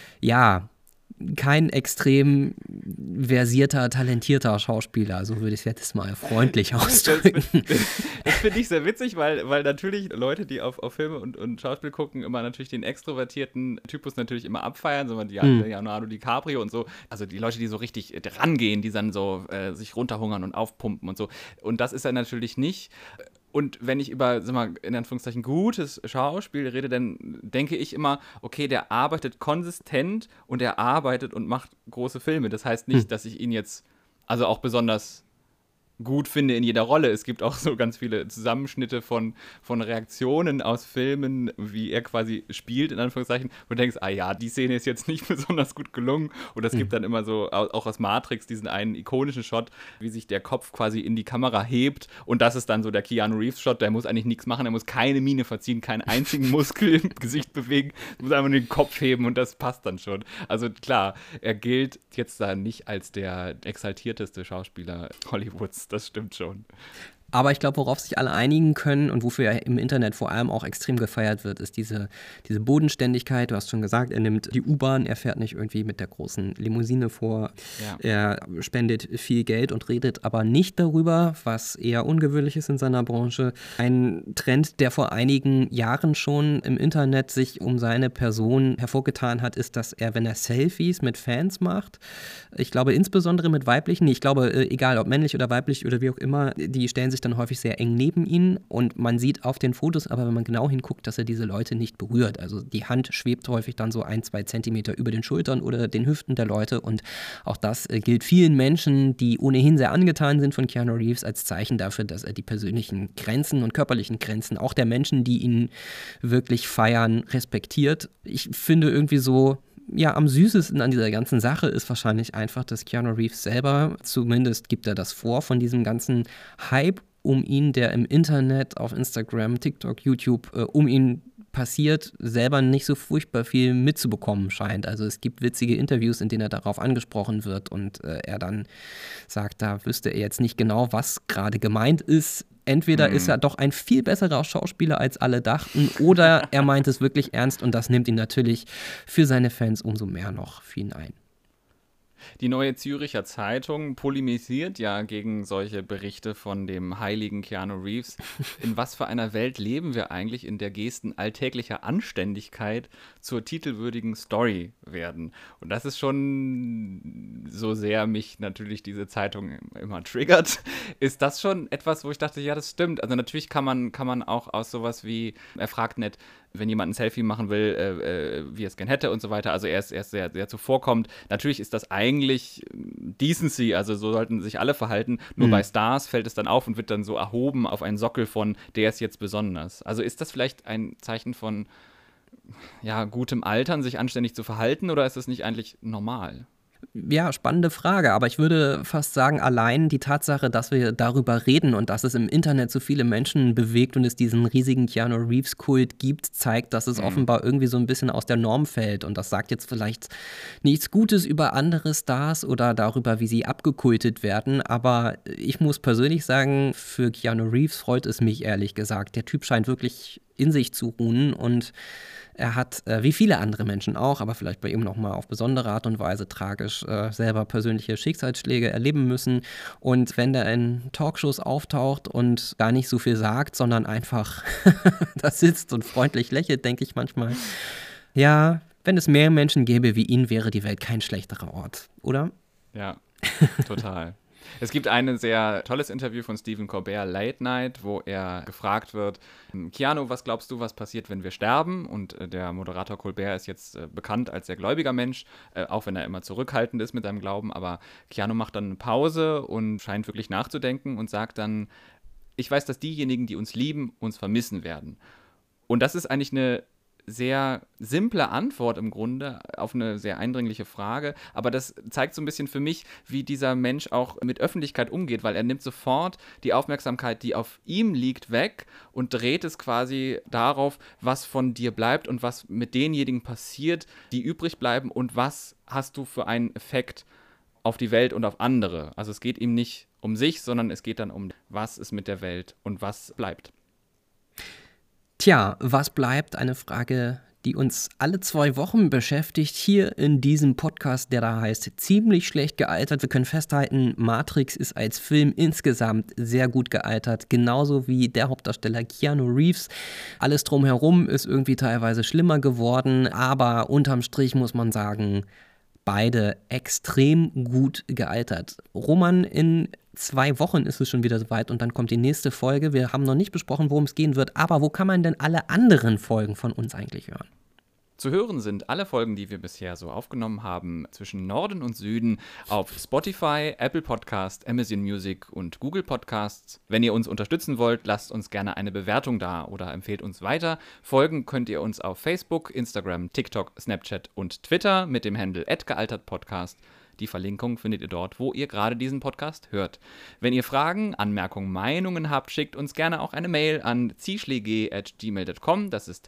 kein extrem versierter, talentierter Schauspieler, so würde ich es jetzt mal freundlich ausdrücken. Das finde ich sehr witzig, weil natürlich Leute, die auf Filme und Schauspiel gucken, immer natürlich den extrovertierten Typus natürlich immer abfeiern, so wie Leonardo DiCaprio und so. Also die Leute, die so richtig rangehen, die dann so sich runterhungern und aufpumpen und so. Und das ist er natürlich nicht. Und wenn ich über, in Anführungszeichen, gutes Schauspiel rede, dann denke ich immer, okay, der arbeitet konsistent und er arbeitet und macht große Filme. Das heißt nicht, dass ich ihn jetzt also auch besonders gut finde in jeder Rolle. Es gibt auch so ganz viele Zusammenschnitte von Reaktionen aus Filmen, wie er quasi spielt, in Anführungszeichen, wo du denkst, die Szene ist jetzt nicht besonders gut gelungen. Und es gibt dann immer so, auch aus Matrix, diesen einen ikonischen Shot, wie sich der Kopf quasi in die Kamera hebt. Und das ist dann so der Keanu Reeves-Shot. Der muss eigentlich nichts machen, er muss keine Miene verziehen, keinen einzigen Muskel im Gesicht bewegen, muss einfach nur den Kopf heben und das passt dann schon. Also klar, er gilt jetzt da nicht als der exaltierteste Schauspieler Hollywoods. Das stimmt schon. Aber ich glaube, worauf sich alle einigen können und wofür er im Internet vor allem auch extrem gefeiert wird, ist diese Bodenständigkeit. Du hast schon gesagt, er nimmt die U-Bahn, er fährt nicht irgendwie mit der großen Limousine vor. Ja. Er spendet viel Geld und redet aber nicht darüber, was eher ungewöhnlich ist in seiner Branche. Ein Trend, der vor einigen Jahren schon im Internet sich um seine Person hervorgetan hat, ist, dass er, wenn er Selfies mit Fans macht, ich glaube insbesondere mit weiblichen, ich glaube, egal ob männlich oder weiblich oder wie auch immer, die stellen sich dann häufig sehr eng neben ihn und man sieht auf den Fotos aber, wenn man genau hinguckt, dass er diese Leute nicht berührt. Also die Hand schwebt häufig dann so 1-2 Zentimeter über den Schultern oder den Hüften der Leute und auch das gilt vielen Menschen, die ohnehin sehr angetan sind von Keanu Reeves, als Zeichen dafür, dass er die persönlichen Grenzen und körperlichen Grenzen auch der Menschen, die ihn wirklich feiern, respektiert. Ich finde irgendwie so, ja, am süßesten an dieser ganzen Sache ist wahrscheinlich einfach, dass Keanu Reeves selber, zumindest gibt er das vor, von diesem ganzen Hype um ihn, der im Internet, auf Instagram, TikTok, YouTube, um ihn passiert, selber nicht so furchtbar viel mitzubekommen scheint. Also es gibt witzige Interviews, in denen er darauf angesprochen wird und er dann sagt, da wüsste er jetzt nicht genau, was gerade gemeint ist. Entweder ist er doch ein viel besserer Schauspieler, als alle dachten, oder er meint es wirklich ernst und das nimmt ihn natürlich für seine Fans umso mehr noch für ihn ein. Die Neue Züricher Zeitung polemisiert ja gegen solche Berichte von dem heiligen Keanu Reeves. In was für einer Welt leben wir eigentlich, in der Gesten alltäglicher Anständigkeit zur titelwürdigen Story werden? Und das ist schon, so sehr mich natürlich diese Zeitung immer triggert, ist das schon etwas, wo ich dachte, ja, das stimmt. Also natürlich kann man auch aus sowas wie, er fragt nett, wenn jemand ein Selfie machen will, wie er es gern hätte und so weiter. Also er ist sehr, sehr zuvorkommend. Natürlich ist das eigentlich Decency, also so sollten sich alle verhalten. Nur bei Stars fällt es dann auf und wird dann so erhoben auf einen Sockel von, der ist jetzt besonders. Also ist das vielleicht ein Zeichen von, ja, gutem Altern, sich anständig zu verhalten, oder ist das nicht eigentlich normal? Ja, spannende Frage, aber ich würde fast sagen, allein die Tatsache, dass wir darüber reden und dass es im Internet so viele Menschen bewegt und es diesen riesigen Keanu Reeves-Kult gibt, zeigt, dass es offenbar irgendwie so ein bisschen aus der Norm fällt. Und das sagt jetzt vielleicht nichts Gutes über andere Stars oder darüber, wie sie abgekultet werden, aber ich muss persönlich sagen, für Keanu Reeves freut es mich ehrlich gesagt. Der Typ scheint wirklich in sich zu ruhen und er hat, wie viele andere Menschen auch, aber vielleicht bei ihm nochmal auf besondere Art und Weise tragisch, selber persönliche Schicksalsschläge erleben müssen. Und wenn der in Talkshows auftaucht und gar nicht so viel sagt, sondern einfach da sitzt und freundlich lächelt, denke ich manchmal, ja, wenn es mehr Menschen gäbe wie ihn, wäre die Welt kein schlechterer Ort, oder? Ja, total. Es gibt ein sehr tolles Interview von Stephen Colbert, Late Night, wo er gefragt wird, Keanu, was glaubst du, was passiert, wenn wir sterben? Und der Moderator Colbert ist jetzt bekannt als sehr gläubiger Mensch, auch wenn er immer zurückhaltend ist mit seinem Glauben. Aber Keanu macht dann eine Pause und scheint wirklich nachzudenken und sagt dann, ich weiß, dass diejenigen, die uns lieben, uns vermissen werden. Und das ist eigentlich eine sehr simple Antwort im Grunde auf eine sehr eindringliche Frage, aber das zeigt so ein bisschen für mich, wie dieser Mensch auch mit Öffentlichkeit umgeht, weil er nimmt sofort die Aufmerksamkeit, die auf ihm liegt, weg und dreht es quasi darauf, was von dir bleibt und was mit denjenigen passiert, die übrig bleiben und was hast du für einen Effekt auf die Welt und auf andere. Also es geht ihm nicht um sich, sondern es geht dann um, was ist mit der Welt und was bleibt. Tja, was bleibt? Eine Frage, die uns alle 2 Wochen beschäftigt, hier in diesem Podcast, der da heißt Ziemlich schlecht gealtert. Wir können festhalten, Matrix ist als Film insgesamt sehr gut gealtert, genauso wie der Hauptdarsteller Keanu Reeves. Alles drumherum ist irgendwie teilweise schlimmer geworden, aber unterm Strich muss man sagen, beide extrem gut gealtert. Roman, in 2 Wochen ist es schon wieder soweit und dann kommt die nächste Folge. Wir haben noch nicht besprochen, worum es gehen wird, aber wo kann man denn alle anderen Folgen von uns eigentlich hören? Zu hören sind alle Folgen, die wir bisher so aufgenommen haben, zwischen Norden und Süden auf Spotify, Apple Podcast, Amazon Music und Google Podcasts. Wenn ihr uns unterstützen wollt, lasst uns gerne eine Bewertung da oder empfehlt uns weiter. Folgen könnt ihr uns auf Facebook, Instagram, TikTok, Snapchat und Twitter mit dem Handle @gealtertpodcast. Die Verlinkung findet ihr dort, wo ihr gerade diesen Podcast hört. Wenn ihr Fragen, Anmerkungen, Meinungen habt, schickt uns gerne auch eine Mail an zieschlige@gmail.com. Das ist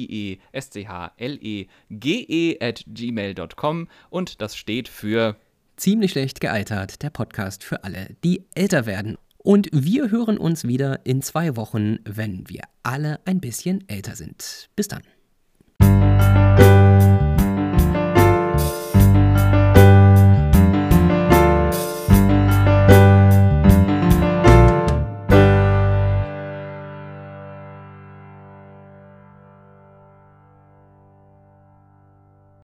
zieschlige@gmail.com und das steht für Ziemlich schlecht gealtert, der Podcast für alle, die älter werden. Und wir hören uns wieder in 2 Wochen, wenn wir alle ein bisschen älter sind. Bis dann.